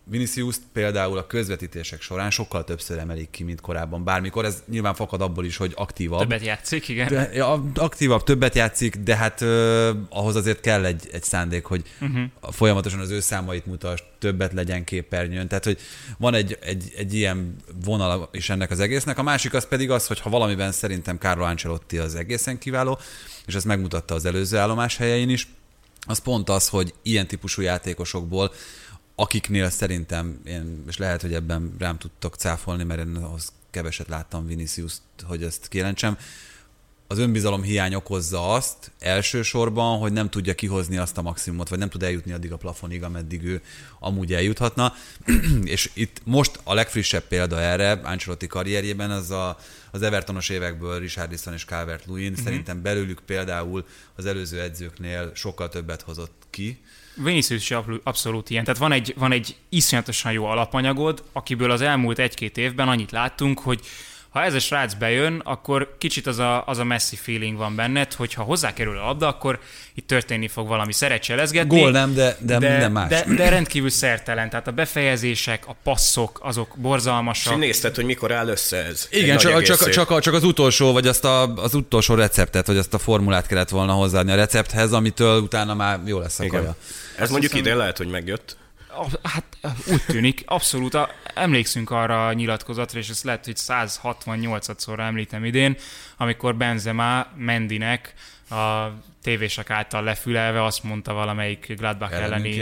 Vinicius például a közvetítések során sokkal többször emelik ki, mint korábban bármikor. Ez nyilván fakad abból is, hogy aktívabb. Többet játszik, igen. De, ja, aktívabb, többet játszik, de hát ö, ahhoz azért kell egy, egy szándék, hogy uh-huh. folyamatosan az ő számait mutass, többet legyen képernyőn. Tehát, hogy van egy, egy, egy ilyen vonal is ennek az egésznek. A másik az pedig az, hogy ha valamiben szerintem Carlo Ancelotti az egészen kiváló, és ezt megmutatta az előző állomás helyein is, az pont az, hogy ilyen típusú játékosokból, akiknél szerintem, én, és lehet, hogy ebben rám tudtok cáfolni, mert én ahhoz keveset láttam Viniciust, hogy ezt kijelentsem, az önbizalom hiány okozza azt elsősorban, hogy nem tudja kihozni azt a maximumot, vagy nem tud eljutni addig a plafonig, ameddig ő amúgy eljuthatna. És itt most a legfrissebb példa erre Ancelotti karrierjében az a, az Evertonos évekből Richarlison és Calvert-Lewin. Mm-hmm. Szerintem belőlük például az előző edzőknél sokkal többet hozott ki. Vinicius is abszolút ilyen. Tehát van egy, van egy iszonyatosan jó alapanyagod, akiből az elmúlt egy-két évben annyit láttunk, hogy ha ez a srác bejön, akkor kicsit az a, az a Messi feeling van benned, hogy ha hozzákerül a labda, akkor itt történni fog valami, szeret cselezgetni. Gól nem, de, de, de minden más. De, de rendkívül szertelen, tehát a befejezések, a passzok, azok borzalmasak. És nézted, hogy mikor áll össze ez. Igen, csak, csak, csak, csak az utolsó, vagy azt a, az utolsó receptet, vagy azt a formulát kellett volna hozzáadni a recepthez, amitől utána már jó lesz a igen. kaja. Ez azt mondjuk hiszem, idén lehet, hogy megjött. Hát úgy tűnik, abszolút. Emlékszünk arra a nyilatkozatra, és ezt lehet, hogy száz hatvannyolcadszorra említem idén, amikor Benzema Mendinek a tévések által lefülelve azt mondta valamelyik Gladbach elleni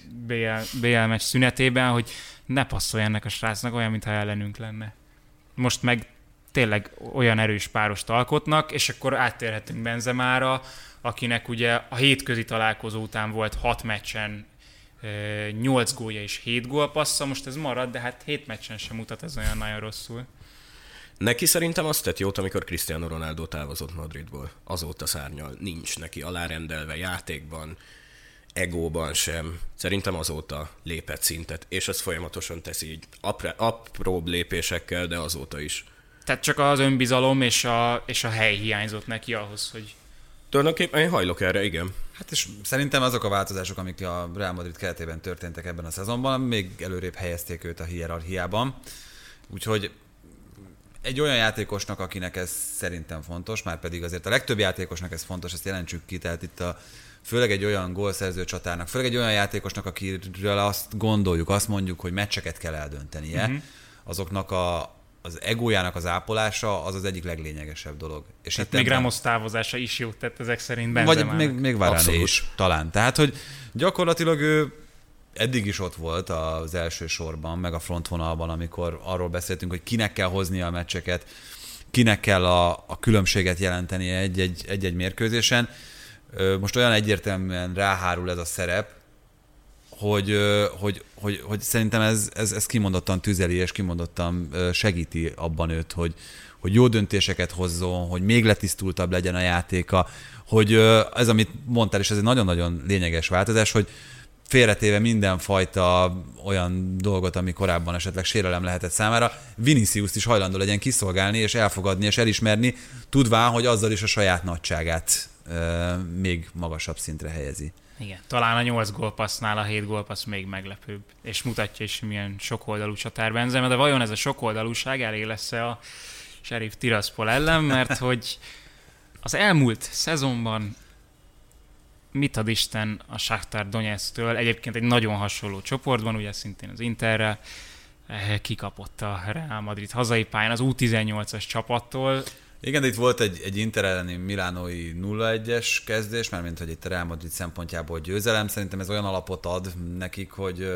bé el meccs szünetében, hogy ne passzolj ennek a srácnak, olyan, mintha ellenünk lenne. Most meg tényleg olyan erős párost alkotnak, és akkor áttérhetünk Benzemára, akinek ugye a hétközi találkozó után volt hat meccsen nyolc gólja és hét gólpassza, most ez marad, de hát hét meccsen sem mutat ez olyan nagyon rosszul. Neki szerintem azt tett jót, amikor Cristiano Ronaldo távozott Madridból. Azóta szárnyal, nincs neki alárendelve játékban, egóban sem. Szerintem azóta lépett szintet, és ez folyamatosan teszi így apró, apróbb lépésekkel, de azóta is. Tehát csak az önbizalom és a, és a hely hiányzott neki ahhoz, hogy... Tulajdonképpen én hajlok erre, igen. Hát és szerintem azok a változások, amik a Real Madrid keretében történtek ebben a szezonban, még előrébb helyezték őt a hierarchiában. Úgyhogy egy olyan játékosnak, akinek ez szerintem fontos, már pedig azért a legtöbb játékosnak ez fontos, ezt jelentsük ki, tehát itt a, főleg egy olyan gólszerző csatárnak, főleg egy olyan játékosnak, akiről azt gondoljuk, azt mondjuk, hogy meccseket kell eldöntenie, uh-huh. azoknak a az egójának az ápolása az az egyik leglényegesebb dolog. És itt még Ramos távozása is jót tett ezek szerint Benzemának. Vagy még, még Varane is talán. Tehát, hogy gyakorlatilag ő eddig is ott volt az első sorban, meg a frontvonalban, amikor arról beszéltünk, hogy kinek kell hoznia a meccseket, kinek kell a, a különbséget jelentenie egy-egy, egy-egy mérkőzésen. Most olyan egyértelműen ráhárul ez a szerep, Hogy, hogy, hogy, hogy szerintem ez, ez, ez kimondottan tüzeli, és kimondottan segíti abban őt, hogy, hogy jó döntéseket hozzon, hogy még letisztultabb legyen a játéka, hogy ez, amit mondtál, és ez egy nagyon-nagyon lényeges változás, hogy félretéve mindenfajta olyan dolgot, ami korábban esetleg sérelem lehetett számára, Viniciust is hajlandó legyen kiszolgálni, és elfogadni, és elismerni, tudván, hogy azzal is a saját nagyságát még magasabb szintre helyezi. Igen, talán a nyolc gólpassznál a hét gólpassz még meglepőbb, és mutatja is, milyen sokoldalú csatár Benzema, de vajon ez a sokoldalúság elég lesz-e a Sheriff Tiraspol ellen, mert hogy az elmúlt szezonban mit ad Isten a Shakhtar Donetsztől, egyébként egy nagyon hasonló csoportban, ugye szintén az Interrel, kikapott a Real Madrid hazai pályán az U tizennyolcas csapattól. Igen, de itt volt egy, egy Inter elleni milánói nulla egyes kezdés, mármint hogy itt a Real Madrid szempontjából győzelem. Szerintem ez olyan alapot ad nekik, hogy uh,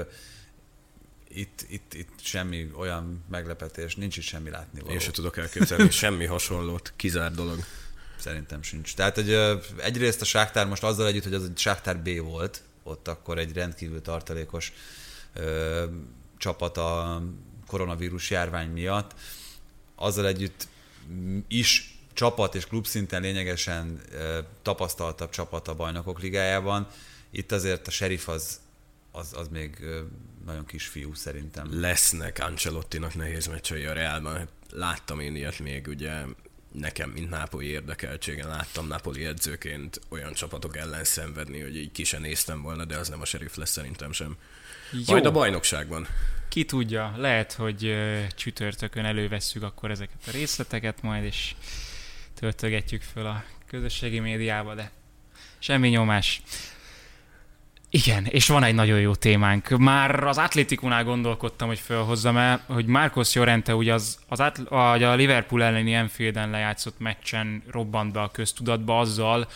itt, itt, itt semmi olyan meglepetés, nincs itt semmi látnivaló. Én sem tudok elképzelni semmi hasonlót, kizárt dolog. Szerintem sincs. Tehát egy, uh, egyrészt a Shakhtar most azzal együtt, hogy az egy Shakhtar B volt, ott akkor egy rendkívül tartalékos uh, csapat a koronavírus járvány miatt, azzal együtt is csapat és klub szinten lényegesen e, tapasztaltabb csapat a Bajnokok Ligájában. Itt azért a Sheriff az, az, az még e, nagyon kis fiú szerintem. Lesznek Ancelottinak nehéz meccsei a Realban. Láttam én ilyet még, ugye nekem, mint nápolyi érdekeltségen láttam Napoli edzőként olyan csapatok ellen szenvedni, hogy így ki sem néztem volna, de az nem a Sheriff lesz szerintem sem. Jó. Majd a bajnokságban. Ki tudja, lehet, hogy uh, csütörtökön elővesszük akkor ezeket a részleteket majd, és töltögetjük föl a közösségi médiába, de semmi nyomás. Igen, és van egy nagyon jó témánk. Már az Atléticónál gondolkodtam, hogy felhozzam el, hogy Marcos Llorente ugye az, az Atl- a Liverpool elleni Anfielden lejátszott meccsen robbant be a köztudatba azzal,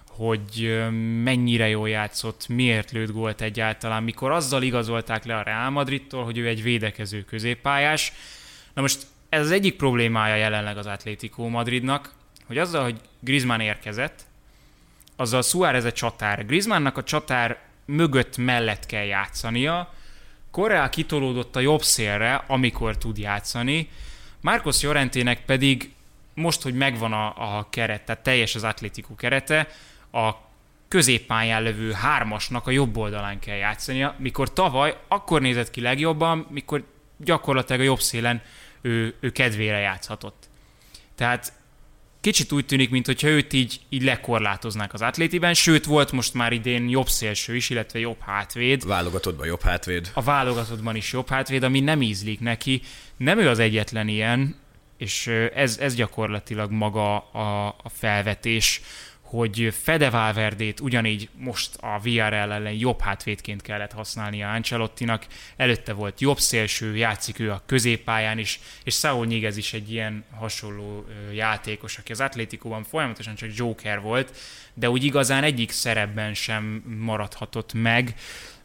hogy mennyire jól játszott, miért lőtt gólt egyáltalán, mikor azzal igazolták le a Real Madridtól, hogy ő egy védekező középpályás. Na most ez az egyik problémája jelenleg az Atlético Madridnak, hogy azzal, hogy Griezmann érkezett, azzal Suárez a csatár. Griezmannnak a csatár mögött mellett kell játszania, Correa kitolódott a jobb szélre, amikor tud játszani, Marcos Llorentének pedig most, hogy megvan a, a keret, tehát teljes az Atlético kerete, a középpályán levő hármasnak a jobb oldalán kell játszania, mikor tavaly akkor nézett ki legjobban, mikor gyakorlatilag a jobb szélen ő, ő kedvére játszhatott. Tehát kicsit úgy tűnik, mintha őt így, így lekorlátoznák az Atlétiben, sőt volt most már idén jobb szélső is, illetve jobb hátvéd. Válogatottban jobb hátvéd. A válogatottban is jobb hátvéd, ami nem ízlik neki. Nem ő az egyetlen ilyen, és ez, ez gyakorlatilag maga a, a felvetés, hogy Fede Valverdét ugyanígy most a Villarreal ellen jobb hátvédként kellett használnia Ancelottinak, előtte volt jobb szélső, játszik ő a középpályán is, és Saúl Ñíguez is egy ilyen hasonló játékos, aki az Atléticóban folyamatosan csak Joker volt, de úgy igazán egyik szerepben sem maradhatott meg.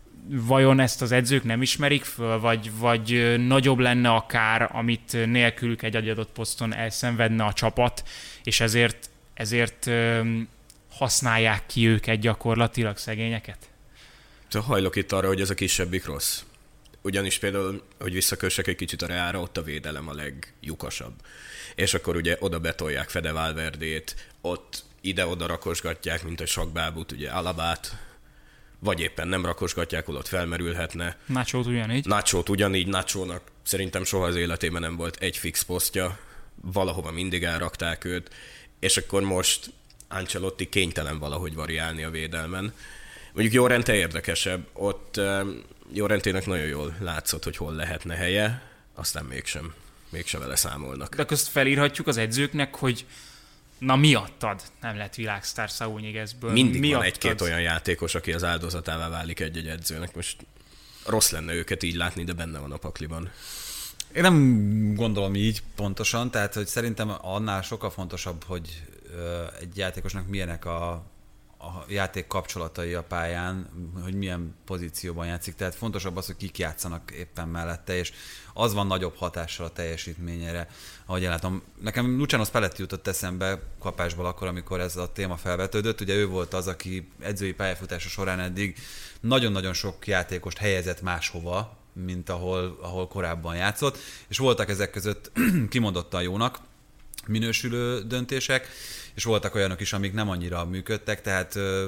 Vajon ezt az edzők nem ismerik föl, vagy, vagy nagyobb lenne a kár, amit nélkülük egy adott poszton elszenvedne a csapat, és ezért, ezért használják ki őket gyakorlatilag, szegényeket? Hajlok itt arra, hogy ez a kisebbik rossz. Ugyanis például, hogy visszakössek egy kicsit a Reálra, ott a védelem a leglyukasabb. És akkor ugye oda betolják Fede Valverdét, ott ide-oda rakosgatják, mint a sakbábút, ugye Alabát, vagy éppen nem rakosgatják, ott felmerülhetne. Nachót ugyanígy. Nachót ugyanígy, Nachónak szerintem soha az életében nem volt egy fix posztja, valahova mindig elrakták őt, és akkor most Ancelotti kénytelen valahogy variálni a védelmen. Mondjuk Llorente érdekesebb, ott Llorentének nagyon jól látszott, hogy hol lehetne helye, aztán mégsem, mégsem vele számolnak. De azt felírhatjuk az edzőknek, hogy na miattad nem lett világsztár Saúl Ñíguezből. Mindig miattad. Van egy-két olyan játékos, aki az áldozatává válik egy-egy edzőnek. Most rossz lenne őket így látni, de benne van a pakliban. Én nem gondolom így pontosan, tehát hogy szerintem annál sokkal fontosabb, hogy egy játékosnak milyenek a, a játék kapcsolatai a pályán, hogy milyen pozícióban játszik. Tehát fontosabb az, hogy kik játszanak éppen mellette, és az van nagyobb hatással a teljesítményére, ahogy én látom. Nekem Luciano Spalletti jutott eszembe kapásból akkor, amikor ez a téma felvetődött. Ugye ő volt az, aki edzői pályafutása során eddig nagyon-nagyon sok játékost helyezett máshova, mint ahol, ahol korábban játszott, és voltak ezek között kimondottan jónak minősülő döntések, és voltak olyanok is, amik nem annyira működtek, tehát uh,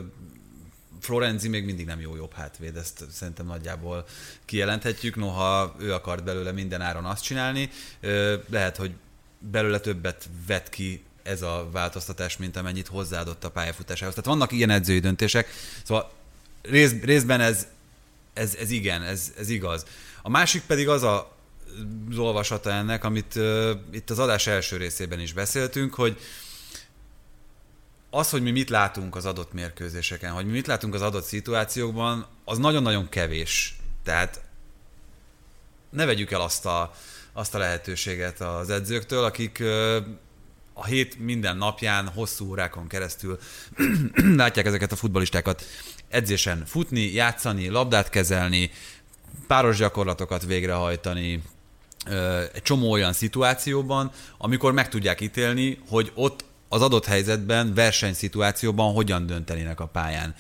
Florenzi még mindig nem jó jobb hátvéd, ezt szerintem nagyjából kijelenthetjük, noha ő akart belőle minden áron azt csinálni, uh, lehet, hogy belőle többet vett ki ez a változtatás, mint amennyit hozzáadott a pályafutásához. Tehát vannak ilyen edzői döntések, szóval rész, részben ez, ez, ez igen, ez, ez igaz. A másik pedig az a az olvasata ennek, amit uh, itt az adás első részében is beszéltünk, hogy az, hogy mi mit látunk az adott mérkőzéseken, hogy mi mit látunk az adott szituációkban, az nagyon-nagyon kevés. Tehát ne vegyük el azt a, azt a lehetőséget az edzőktől, akik uh, a hét minden napján, hosszú órákon keresztül látják ezeket a futballistákat edzésen futni, játszani, labdát kezelni, páros gyakorlatokat végrehajtani, egy csomó olyan szituációban, amikor meg tudják ítélni, hogy ott az adott helyzetben, versenyszituációban hogyan döntenének a pályán.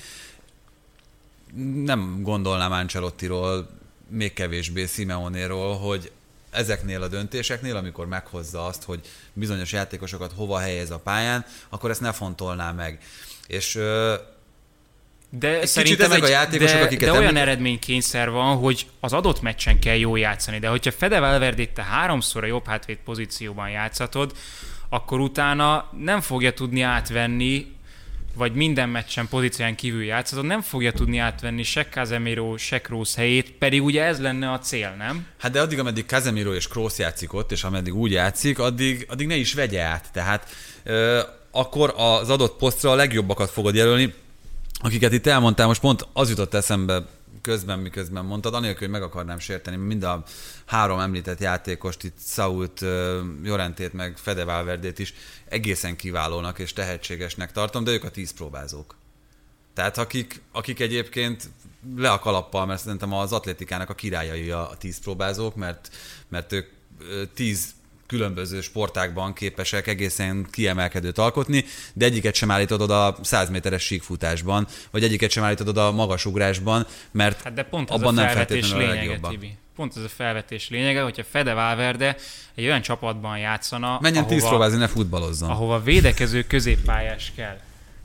Nem gondolnám Ancelottiról, még kevésbé Simeonéról, hogy ezeknél a döntéseknél, amikor meghozza azt, hogy bizonyos játékosokat hova helyez a pályán, akkor ezt ne fontolná meg. És De egy szerintem ezek egy, a játékosok, de, akiket de olyan említ... eredménykényszer van, hogy az adott meccsen kell jól játszani, de hogyha Fede Valverdét te háromszor a jobb hátvéd pozícióban játszatod, akkor utána nem fogja tudni átvenni, vagy minden meccsen pozícióján kívül játszhatod, nem fogja tudni átvenni se Casemiro, se Kroos helyét, pedig ugye ez lenne a cél, nem? Hát de addig, ameddig Casemiro és Kroos játszik ott, és ameddig úgy játszik, addig, addig ne is vegye át. Tehát euh, akkor az adott posztra a legjobbakat fogod jelölni, akiket itt elmondtál, most pont az jutott eszembe közben, miközben mondtad, anélkül, hogy meg akarnám sérteni, mind a három említett játékost, itt Sault, Llorentét, meg Fede Valverdét is egészen kiválónak és tehetségesnek tartom, de ők a tíz próbázók. Tehát akik, akik egyébként le a kalappal, mert szerintem az atlétikának a királyai a tíz próbázók, mert, mert ők tíz különböző sportákban képesek egészen kiemelkedőt alkotni, de egyiket sem állítod oda a száz méteres síkfutásban, vagy egyiket sem állítod oda a magasugrásban, mert hát de pont abban nem feltétlenül a legjobbak. Pont ez a felvetés lényege, hogyha Fede Valverde egy olyan csapatban játszana, menjen tíz próbázni, ne futballozzon. Ahova védekező középpályás kell.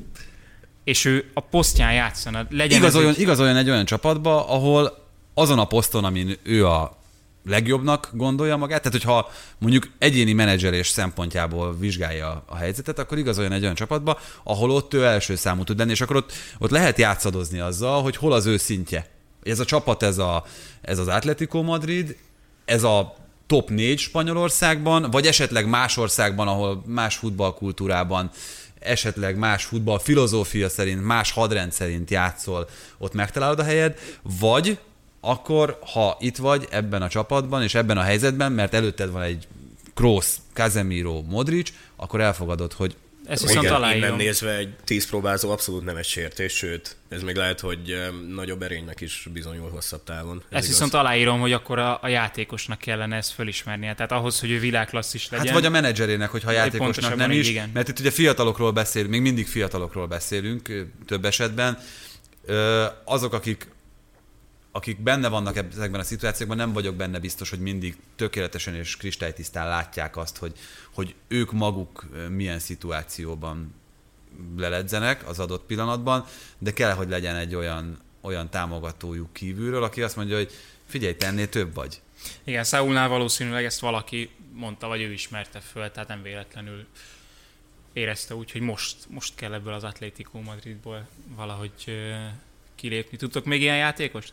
És ő a posztján játszana. Legyen igazoljon, egy... igazoljon egy olyan csapatba, ahol azon a poszton, amin ő a legjobbnak gondolja magát, tehát hogyha mondjuk egyéni menedzselés szempontjából vizsgálja a helyzetet, akkor igazoljon egy olyan csapatba, ahol ott ő első számú tud lenni, és akkor ott, ott lehet játszadozni azzal, hogy hol az ő szintje. Ez a csapat, ez, a, ez az Atlético Madrid, ez a top négy Spanyolországban, vagy esetleg más országban, ahol más futballkultúrában, esetleg más futball filozófia szerint, más hadrend szerint játszol, ott megtalálod a helyed, vagy akkor, ha itt vagy ebben a csapatban, és ebben a helyzetben, mert előtted van egy Kroos, Casemiro, Modric, akkor elfogadod, hogy ezt viszont aláírom. Innen nézve egy tíz próbázó abszolút nem egy sértés, sőt, ez még lehet, hogy nagyobb erénynek is bizonyul hosszabb távon. Ez ezt igaz. Viszont aláírom, hogy akkor a, a játékosnak kellene ezt fölismernie. Tehát ahhoz, hogy ő világklasszis legyen. Hát vagy a menedzserének, hogyha a játékosnak nem is, igen. Mert itt ugye fiatalokról beszélünk, még mindig fiatalokról beszélünk több esetben. Azok, akik akik benne vannak ezekben a szituációkban, nem vagyok benne biztos, hogy mindig tökéletesen és kristálytisztán látják azt, hogy, hogy ők maguk milyen szituációban leledzenek az adott pillanatban, de kell, hogy legyen egy olyan, olyan támogatójuk kívülről, aki azt mondja, hogy figyelj, te ennél több vagy. Igen, Saulnál valószínűleg ezt valaki mondta, vagy ő ismerte föl, tehát nem véletlenül érezte úgy, hogy most, most kell ebből az Atlético Madridból valahogy uh, kilépni. Tudtok még ilyen játékost?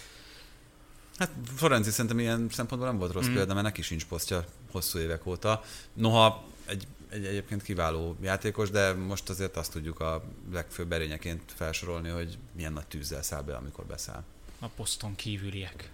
Hát Florenzi szerintem ilyen szempontból nem volt rossz mm. példa, mert neki sincs posztja hosszú évek óta. Noha egy, egy egyébként kiváló játékos, de most azért azt tudjuk a legfőbb erényeként felsorolni, hogy milyen nagy tűzzel száll be, amikor beszáll. A poszton kívüliek.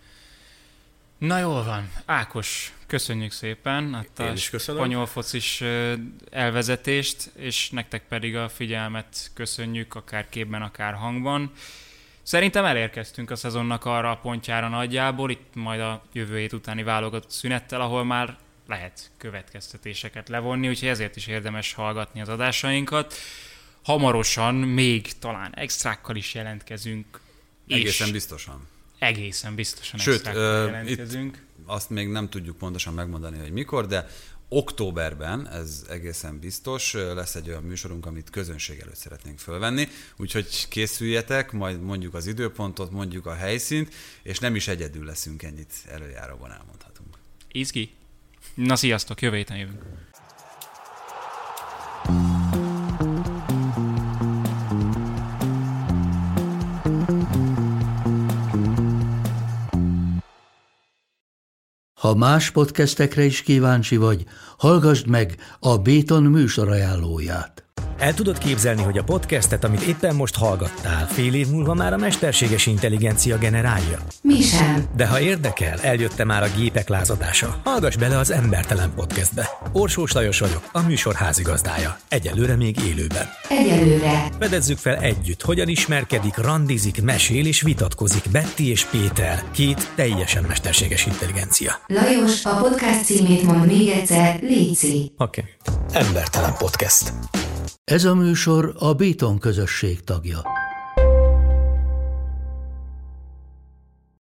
Na jól van. Ákos, köszönjük szépen hát a spanyol focis elvezetést, és nektek pedig a figyelmet köszönjük, akár képben, akár hangban. Szerintem elérkeztünk a szezonnak arra a pontjára nagyjából, itt majd a jövő hét utáni válogatott szünettel, ahol már lehet következtetéseket levonni, úgyhogy ezért is érdemes hallgatni az adásainkat. Hamarosan még talán extrákkal is jelentkezünk. Egészen biztosan. Egészen biztosan Sőt, extrákkal jelentkezünk. Itt azt még nem tudjuk pontosan megmondani, hogy mikor, de októberben, ez egészen biztos, lesz egy olyan műsorunk, amit közönség előtt szeretnénk fölvenni, úgyhogy készüljetek, majd mondjuk az időpontot, mondjuk a helyszínt, és nem is egyedül leszünk, ennyit előjáróban elmondhatunk. Izgi. Na sziasztok, jövő héten jövünk. Ha más podcastekre is kíváncsi vagy, hallgassd meg a Béton műsor ajánlóját. El tudod képzelni, hogy a podcastet, amit éppen most hallgattál, fél év múlva már a mesterséges intelligencia generálja? Mi sem. De ha érdekel, eljött már a gépek lázadása. Hallgass bele az Embertelen Podcastbe. Orsós Lajos vagyok, a műsor házigazdája. Egyelőre még élőben. Egyelőre. Fedezzük fel együtt, hogyan ismerkedik, randizik, mesél és vitatkozik Betty és Péter, két teljesen mesterséges intelligencia. Lajos, a podcast címét mond még egyszer, léci. Oké. Okay. Embertelen Podcast. Ez a műsor a Béton közösség tagja.